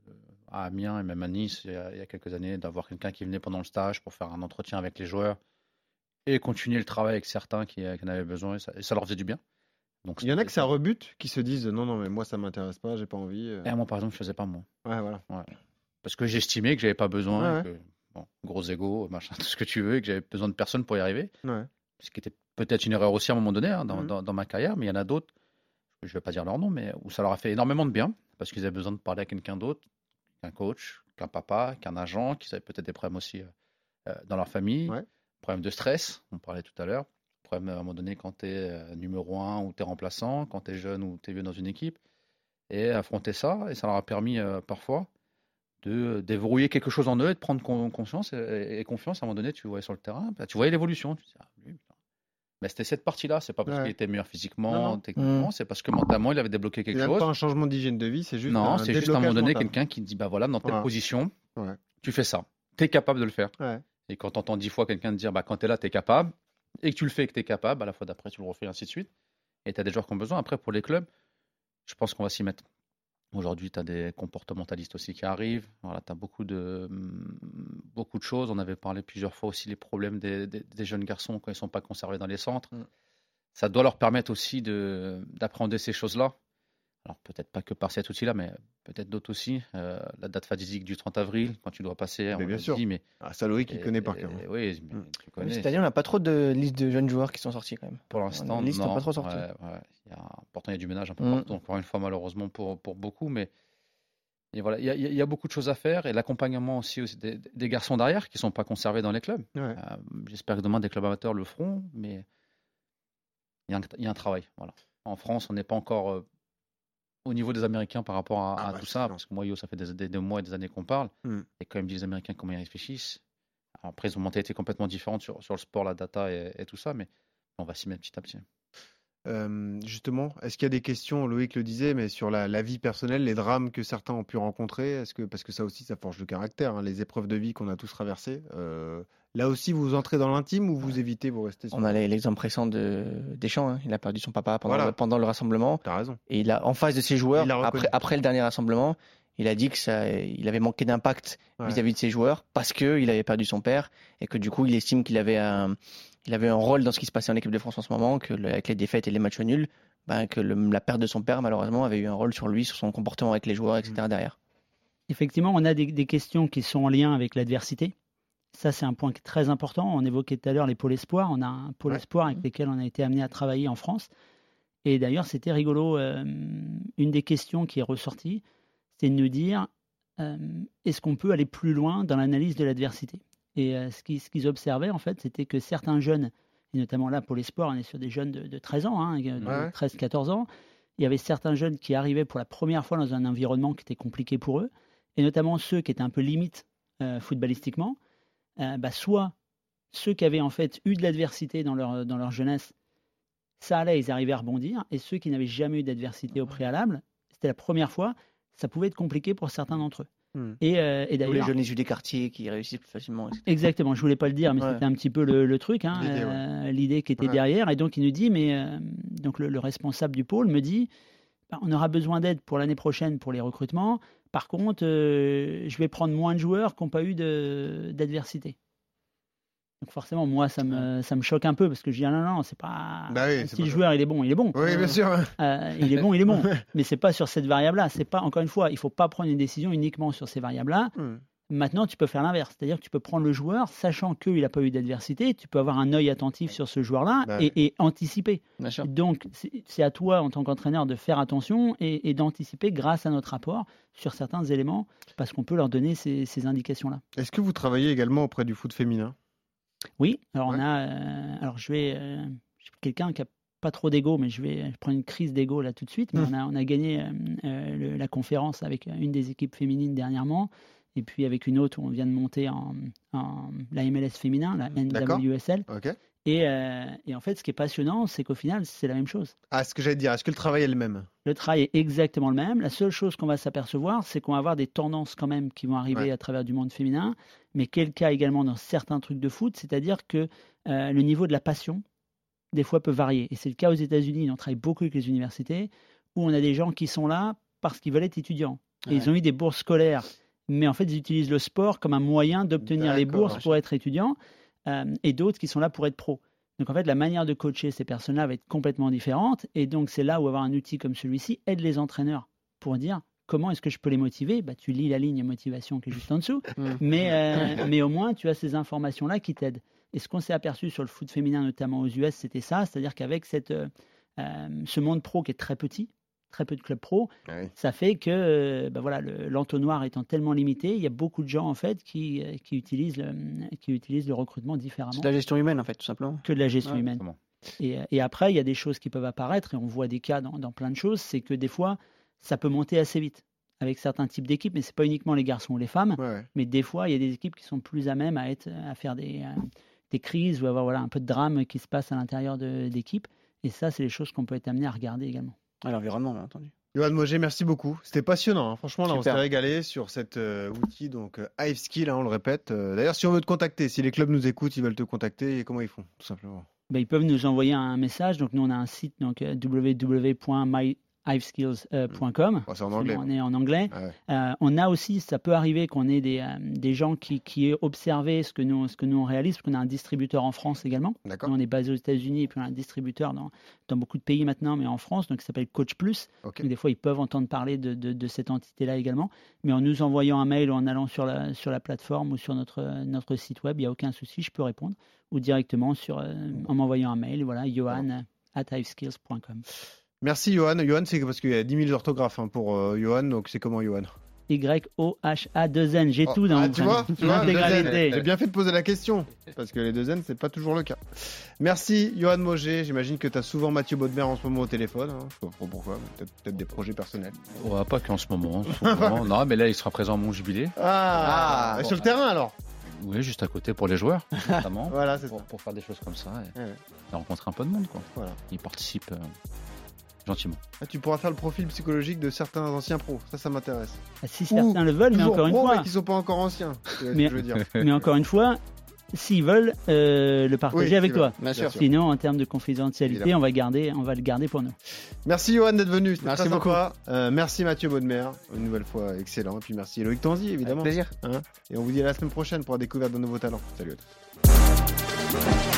à Amiens et même à Nice, il y a, il y a quelques années, d'avoir quelqu'un qui venait pendant le stage pour faire un entretien avec les joueurs et continuer le travail avec certains qui, qui en avaient besoin et ça, et ça leur faisait du bien. Donc, Il y en a c'était- que ça rebute, qui se disent non, non, mais moi ça m'intéresse pas, j'ai pas envie. euh. Et moi, par exemple, je faisais pas moi. Ouais, voilà. Parce que j'estimais que j'avais pas besoin, Ouais, que, bon, gros ego, machin, tout ce que tu veux, et que j'avais besoin de personne pour y arriver. Ouais. Ce qui était peut-être une erreur aussi à un moment donné hein, dans, Mhm. dans- dans ma carrière, mais il y en a d'autres, je ne vais pas dire leur nom, mais où ça leur a fait énormément de bien, parce qu'ils avaient besoin de parler à quelqu'un d'autre, qu'un coach, qu'un papa, qu'un agent, qui avaient peut-être des problèmes aussi euh, euh, dans leur famille, Ouais. problèmes de stress, on parlait tout à l'heure, problème à un moment donné quand tu es numéro un ou tu es remplaçant, quand tu es jeune ou tu es vieux dans une équipe, et affronter ça, et ça leur a permis euh, parfois de déverrouiller quelque chose en eux et de prendre con- conscience et, et confiance. À un moment donné, tu voyais sur le terrain, bah, tu voyais l'évolution. Tu te dis, ah, lui, putain. Mais c'était cette partie-là, c'est pas parce Ouais. qu'il était meilleur physiquement, Non, non. techniquement, Mm. c'est parce que mentalement, il avait débloqué C'est quelque même chose. pas un changement d'hygiène de vie, c'est juste Non, un c'est juste à un moment déblocage donné mental. quelqu'un qui te dit, bah voilà, dans telle Voilà. position, Ouais. tu fais ça. Tu es capable de le faire. Ouais. Et quand tu entends dix fois quelqu'un te dire, bah, quand tu es là, tu es capable, et que tu le fais et que tu es capable, à la fois d'après, tu le refais, ainsi de suite. Et tu as des joueurs qui ont besoin. Après, pour les clubs, je pense qu'on va s'y mettre. Aujourd'hui, tu as des comportementalistes aussi qui arrivent. Voilà, tu as beaucoup de, hum, beaucoup de choses. On avait parlé plusieurs fois aussi les problèmes des, des- des jeunes garçons quand ils ne sont pas conservés dans les centres. Mm. Ça doit leur permettre aussi de, d'appréhender ces choses-là. Alors, peut-être pas que par cet outil-là, mais peut-être d'autres aussi. Euh, la date fatidique du trente avril, quand tu dois passer, Mais on bien l'a sûr. dit, mais Ah, ça, Loïc, il et- connaît par cœur. et- Oui, mais Mm. tu connais. Cette année, on n'a pas trop de liste de jeunes joueurs qui sont sortis quand même. Pour l'instant, Les listes non. sont pas trop sorties. Ouais, ouais. Il y a, pourtant, il y a du ménage un peu Mm. partout, encore une fois, malheureusement, pour, pour beaucoup. Mais et voilà, il y, a, il y a beaucoup de choses à faire. Et l'accompagnement aussi, aussi des, des garçons derrière qui ne sont pas conservés dans les clubs. Ouais. Euh, j'espère que demain, des clubs amateurs le feront. Mais il y a un, il y a un travail. Voilà. En France, on n'est pas encore euh, au niveau des Américains par rapport à, Ah à bah, tout c'est ça. sûr. Parce que moi, Yo, ça fait des, des- des mois et des années qu'on parle. Mm. Et quand ils me disent les Américains comment ils réfléchissent, alors après, ils ont une mentalité complètement différente sur, sur le sport, la data et, et tout ça. Mais on va s'y mettre petit à petit. Euh, justement, est-ce qu'il y a des questions, Loïc le disait, mais sur la, la vie personnelle, les drames que certains ont pu rencontrer, est-ce que, parce que ça aussi, ça forge le caractère, hein, les épreuves de vie qu'on a tous traversées. euh, là aussi, vous entrez dans l'intime ou vous évitez, vous restez sur... On a les- l'exemple récent de Deschamps. hein. Il a perdu son papa pendant, Voilà. le, pendant le rassemblement. T'as raison. Et il a, en face de ses joueurs, Il l'a reconnu. après, après le dernier rassemblement, il a dit que ça, il avait manqué d'impact Ouais. vis-à-vis de ses joueurs parce qu'il avait perdu son père et que du coup, il estime qu'il avait un, il avait un rôle dans ce qui se passait en équipe de France en ce moment, que le- avec les défaites et les matchs nuls, ben, que le- la perte de son père, malheureusement, avait eu un rôle sur lui, sur son comportement avec les joueurs, et cetera derrière. Effectivement, on a des, des questions qui sont en lien avec l'adversité. Ça, c'est un point qui est très important. On évoquait tout à l'heure les pôles espoirs. On a un pôle Ouais. espoir avec lesquels on a été amené à travailler en France. Et d'ailleurs, c'était rigolo. euh, une des questions qui est ressortie, c'est de nous dire euh, est-ce qu'on peut aller plus loin dans l'analyse de l'adversité. Et euh, ce qu'ils ce qu'ils observaient, en fait, c'était que certains jeunes, et notamment là, pour les sports, on est sur des jeunes de, de treize ans, hein, de Ouais. treize quatorze ans. Il y avait certains jeunes qui arrivaient pour la première fois dans un environnement qui était compliqué pour eux, et notamment ceux qui étaient un peu limites euh, footballistiquement. Euh, bah, soit ceux qui avaient en fait eu de l'adversité dans leur, dans leur jeunesse, ça allait, ils arrivaient à rebondir, et ceux qui n'avaient jamais eu d'adversité au préalable, c'était la première fois, ça pouvait être compliqué pour certains d'entre eux. Hmm. Et, euh, et Tous les d'ailleurs, jeunes issus des quartiers qui réussissent plus facilement. et cetera. exactement, je voulais pas le dire, mais Ouais. c'était un petit peu le, le truc, hein, L'idée, ouais. euh, l'idée qui était Ouais. derrière. Et donc il nous dit, mais euh, donc le, le responsable du pôle me dit, bah, on aura besoin d'aide pour l'année prochaine pour les recrutements. Par contre, euh, je vais prendre moins de joueurs qui n'ont pas eu de- d'adversité. Donc forcément, moi, ça me, ça me choque un peu parce que je dis, ah non, non, c'est pas. Bah oui, c'est si pas le ça. joueur il est bon, il est bon. Oui, bien sûr. Euh, il est bon, il est bon. Mais c'est pas sur cette variable-là. C'est pas, encore une fois, il faut pas prendre une décision uniquement sur ces variables-là. Hmm. Maintenant, tu peux faire l'inverse, c'est-à-dire que tu peux prendre le joueur, sachant qu'il n'a pas eu d'adversité, tu peux avoir un œil attentif sur ce joueur-là Bah et, oui. et anticiper. Bien sûr. Donc, c'est c'est à toi, en tant qu'entraîneur, de faire attention et, et d'anticiper grâce à notre rapport sur certains éléments, parce qu'on peut leur donner ces, ces indications-là. Est-ce que vous travaillez également auprès du foot féminin? Oui, alors Ouais. on a, euh, alors je vais, euh, je suis quelqu'un qui a pas trop d'ego, mais je vais je prends une crise d'ego là tout de suite. Mais Mmh. on a, on a gagné euh, euh, le- la conférence avec une des équipes féminines dernièrement, et puis avec une autre où on vient de monter en, en la M L S féminin, la D'accord. N W S L. Ok. Et, euh, et en fait, ce qui est passionnant, c'est qu'au final, c'est la même chose. Ah, ce que j'allais te dire, est-ce que le travail est le même? Le travail est exactement le même. La seule chose qu'on va s'apercevoir, c'est qu'on va avoir des tendances quand même qui vont arriver Ouais. à travers du monde féminin, mais quel cas également dans certains trucs de foot, c'est-à-dire que euh, le niveau de la passion, des fois, peut varier. Et c'est le cas aux États-Unis, on travaille beaucoup avec les universités, où on a des gens qui sont là parce qu'ils veulent être étudiants. Et Ouais. ils ont eu des bourses scolaires, mais en fait, ils utilisent le sport comme un moyen d'obtenir les D'accord. bourses pour être étudiants, euh, et d'autres qui sont là pour être pros. Donc en fait, la manière de coacher ces personnes-là va être complètement différente. Et donc c'est là où avoir un outil comme celui-ci aide les entraîneurs pour dire comment est-ce que je peux les motiver. Bah, tu lis la ligne motivation qui est juste en dessous, Mm. mais, euh, mais au moins tu as ces informations-là qui t'aident. Et ce qu'on s'est aperçu sur le foot féminin, notamment aux U S, c'était ça, c'est-à-dire qu'avec cette, euh, euh, ce monde pro qui est très petit, très peu de clubs pro, Ouais. ça fait que euh, bah voilà, le- l'entonnoir étant tellement limité, il y a beaucoup de gens en fait qui, euh, qui, utilisent, le, qui utilisent le recrutement différemment C'est de la gestion humaine, en fait, tout simplement. que de la gestion Ouais, humaine. Comment Et, et après, il y a des choses qui peuvent apparaître, et on voit des cas dans, dans plein de choses, c'est que des fois, ça peut monter assez vite avec certains types d'équipes, mais ce n'est pas uniquement les garçons ou les femmes, Ouais, ouais. mais des fois, il y a des équipes qui sont plus à même à, être, à faire des, euh, des crises ou avoir voilà, un peu de drame qui se passe à l'intérieur de- d'équipes. Et ça, c'est les choses qu'on peut être amené à regarder également. Ouais, l'environnement, bien entendu. Johan Moget, merci beaucoup. C'était passionnant. Hein. Franchement, là, on Super. s'est régalé sur cet euh, outil, donc euh, Hive Skill, hein, on le répète. Euh, D'ailleurs, si on veut te contacter, si les clubs nous écoutent, ils veulent te contacter, et comment ils font, tout simplement? Ben, ils peuvent nous envoyer un message. Donc, nous, on a un site, donc euh, w w w point my hive skills point com. Oh, c'est en anglais. On est en anglais. Ah ouais. Euh, on a aussi, ça peut arriver qu'on ait des, euh, des gens qui, qui aient observé ce que nous, ce que nous on réalise, parce qu'on a un distributeur en France également. D'accord. Nous, on est basé aux États-Unis et puis on a un distributeur dans, dans beaucoup de pays maintenant, mais en France, donc il s'appelle Coach Plus. Ok. Donc, des fois, ils peuvent entendre parler de, de, de cette entité-là également. Mais en nous envoyant un mail ou en allant sur la, sur la plateforme ou sur notre, notre site web, il n'y a aucun souci, je peux répondre. Ou directement sur, euh, en m'envoyant un mail, voilà, johan at hiveskills point com. Merci, Johan. Johan, c'est parce qu'il y a dix mille orthographes hein, pour euh, Johan, donc c'est comment, Johan? Y O H A deux N, j'ai Oh, tout dans ah, mon tu prénom. vois, tu vois, deux N. L'intégralité. J'ai bien fait de poser la question, parce que les deux N, c'est pas toujours le cas. Merci, Johan Moget. J'imagine que tu as souvent Mathieu Baudemer en ce moment au téléphone. Hein. Je sais pas trop pourquoi, mais peut-être peut-être des projets personnels. Ouais, pas qu'en ce moment. souvent. Non, mais là, il sera présent à mon jubilé. Ah, Ah, sur bon. le terrain alors. Oui, juste à côté pour les joueurs, notamment. Voilà, c'est ça. pour, pour faire des choses comme ça et, Ouais, ouais. et rencontrer un peu de monde, quoi. Voilà. Ils participent euh, gentiment. Ah, tu pourras faire le profil psychologique de certains anciens pros. Ça, ça m'intéresse. Ah, si certains le veulent, mais Toujours encore une pros, fois, mais qui sont pas encore anciens. C'est ce Mais- que je veux dire. mais encore une fois, s'ils veulent euh, le partager Oui, avec s'ils toi. veulent. Bien sûr. sûr. Sinon, en termes de confidentialité, Évidemment. on va garder, on va le garder pour nous. Merci Johan d'être venu. C'était Merci très beaucoup. sympa. Euh, merci Mathieu Baudemer. Une nouvelle fois, excellent. Et puis merci Loïc Tanzi, évidemment. Avec plaisir. Hein. Et on vous dit à la semaine prochaine pour la découverte de nouveaux talents. Salut à tous.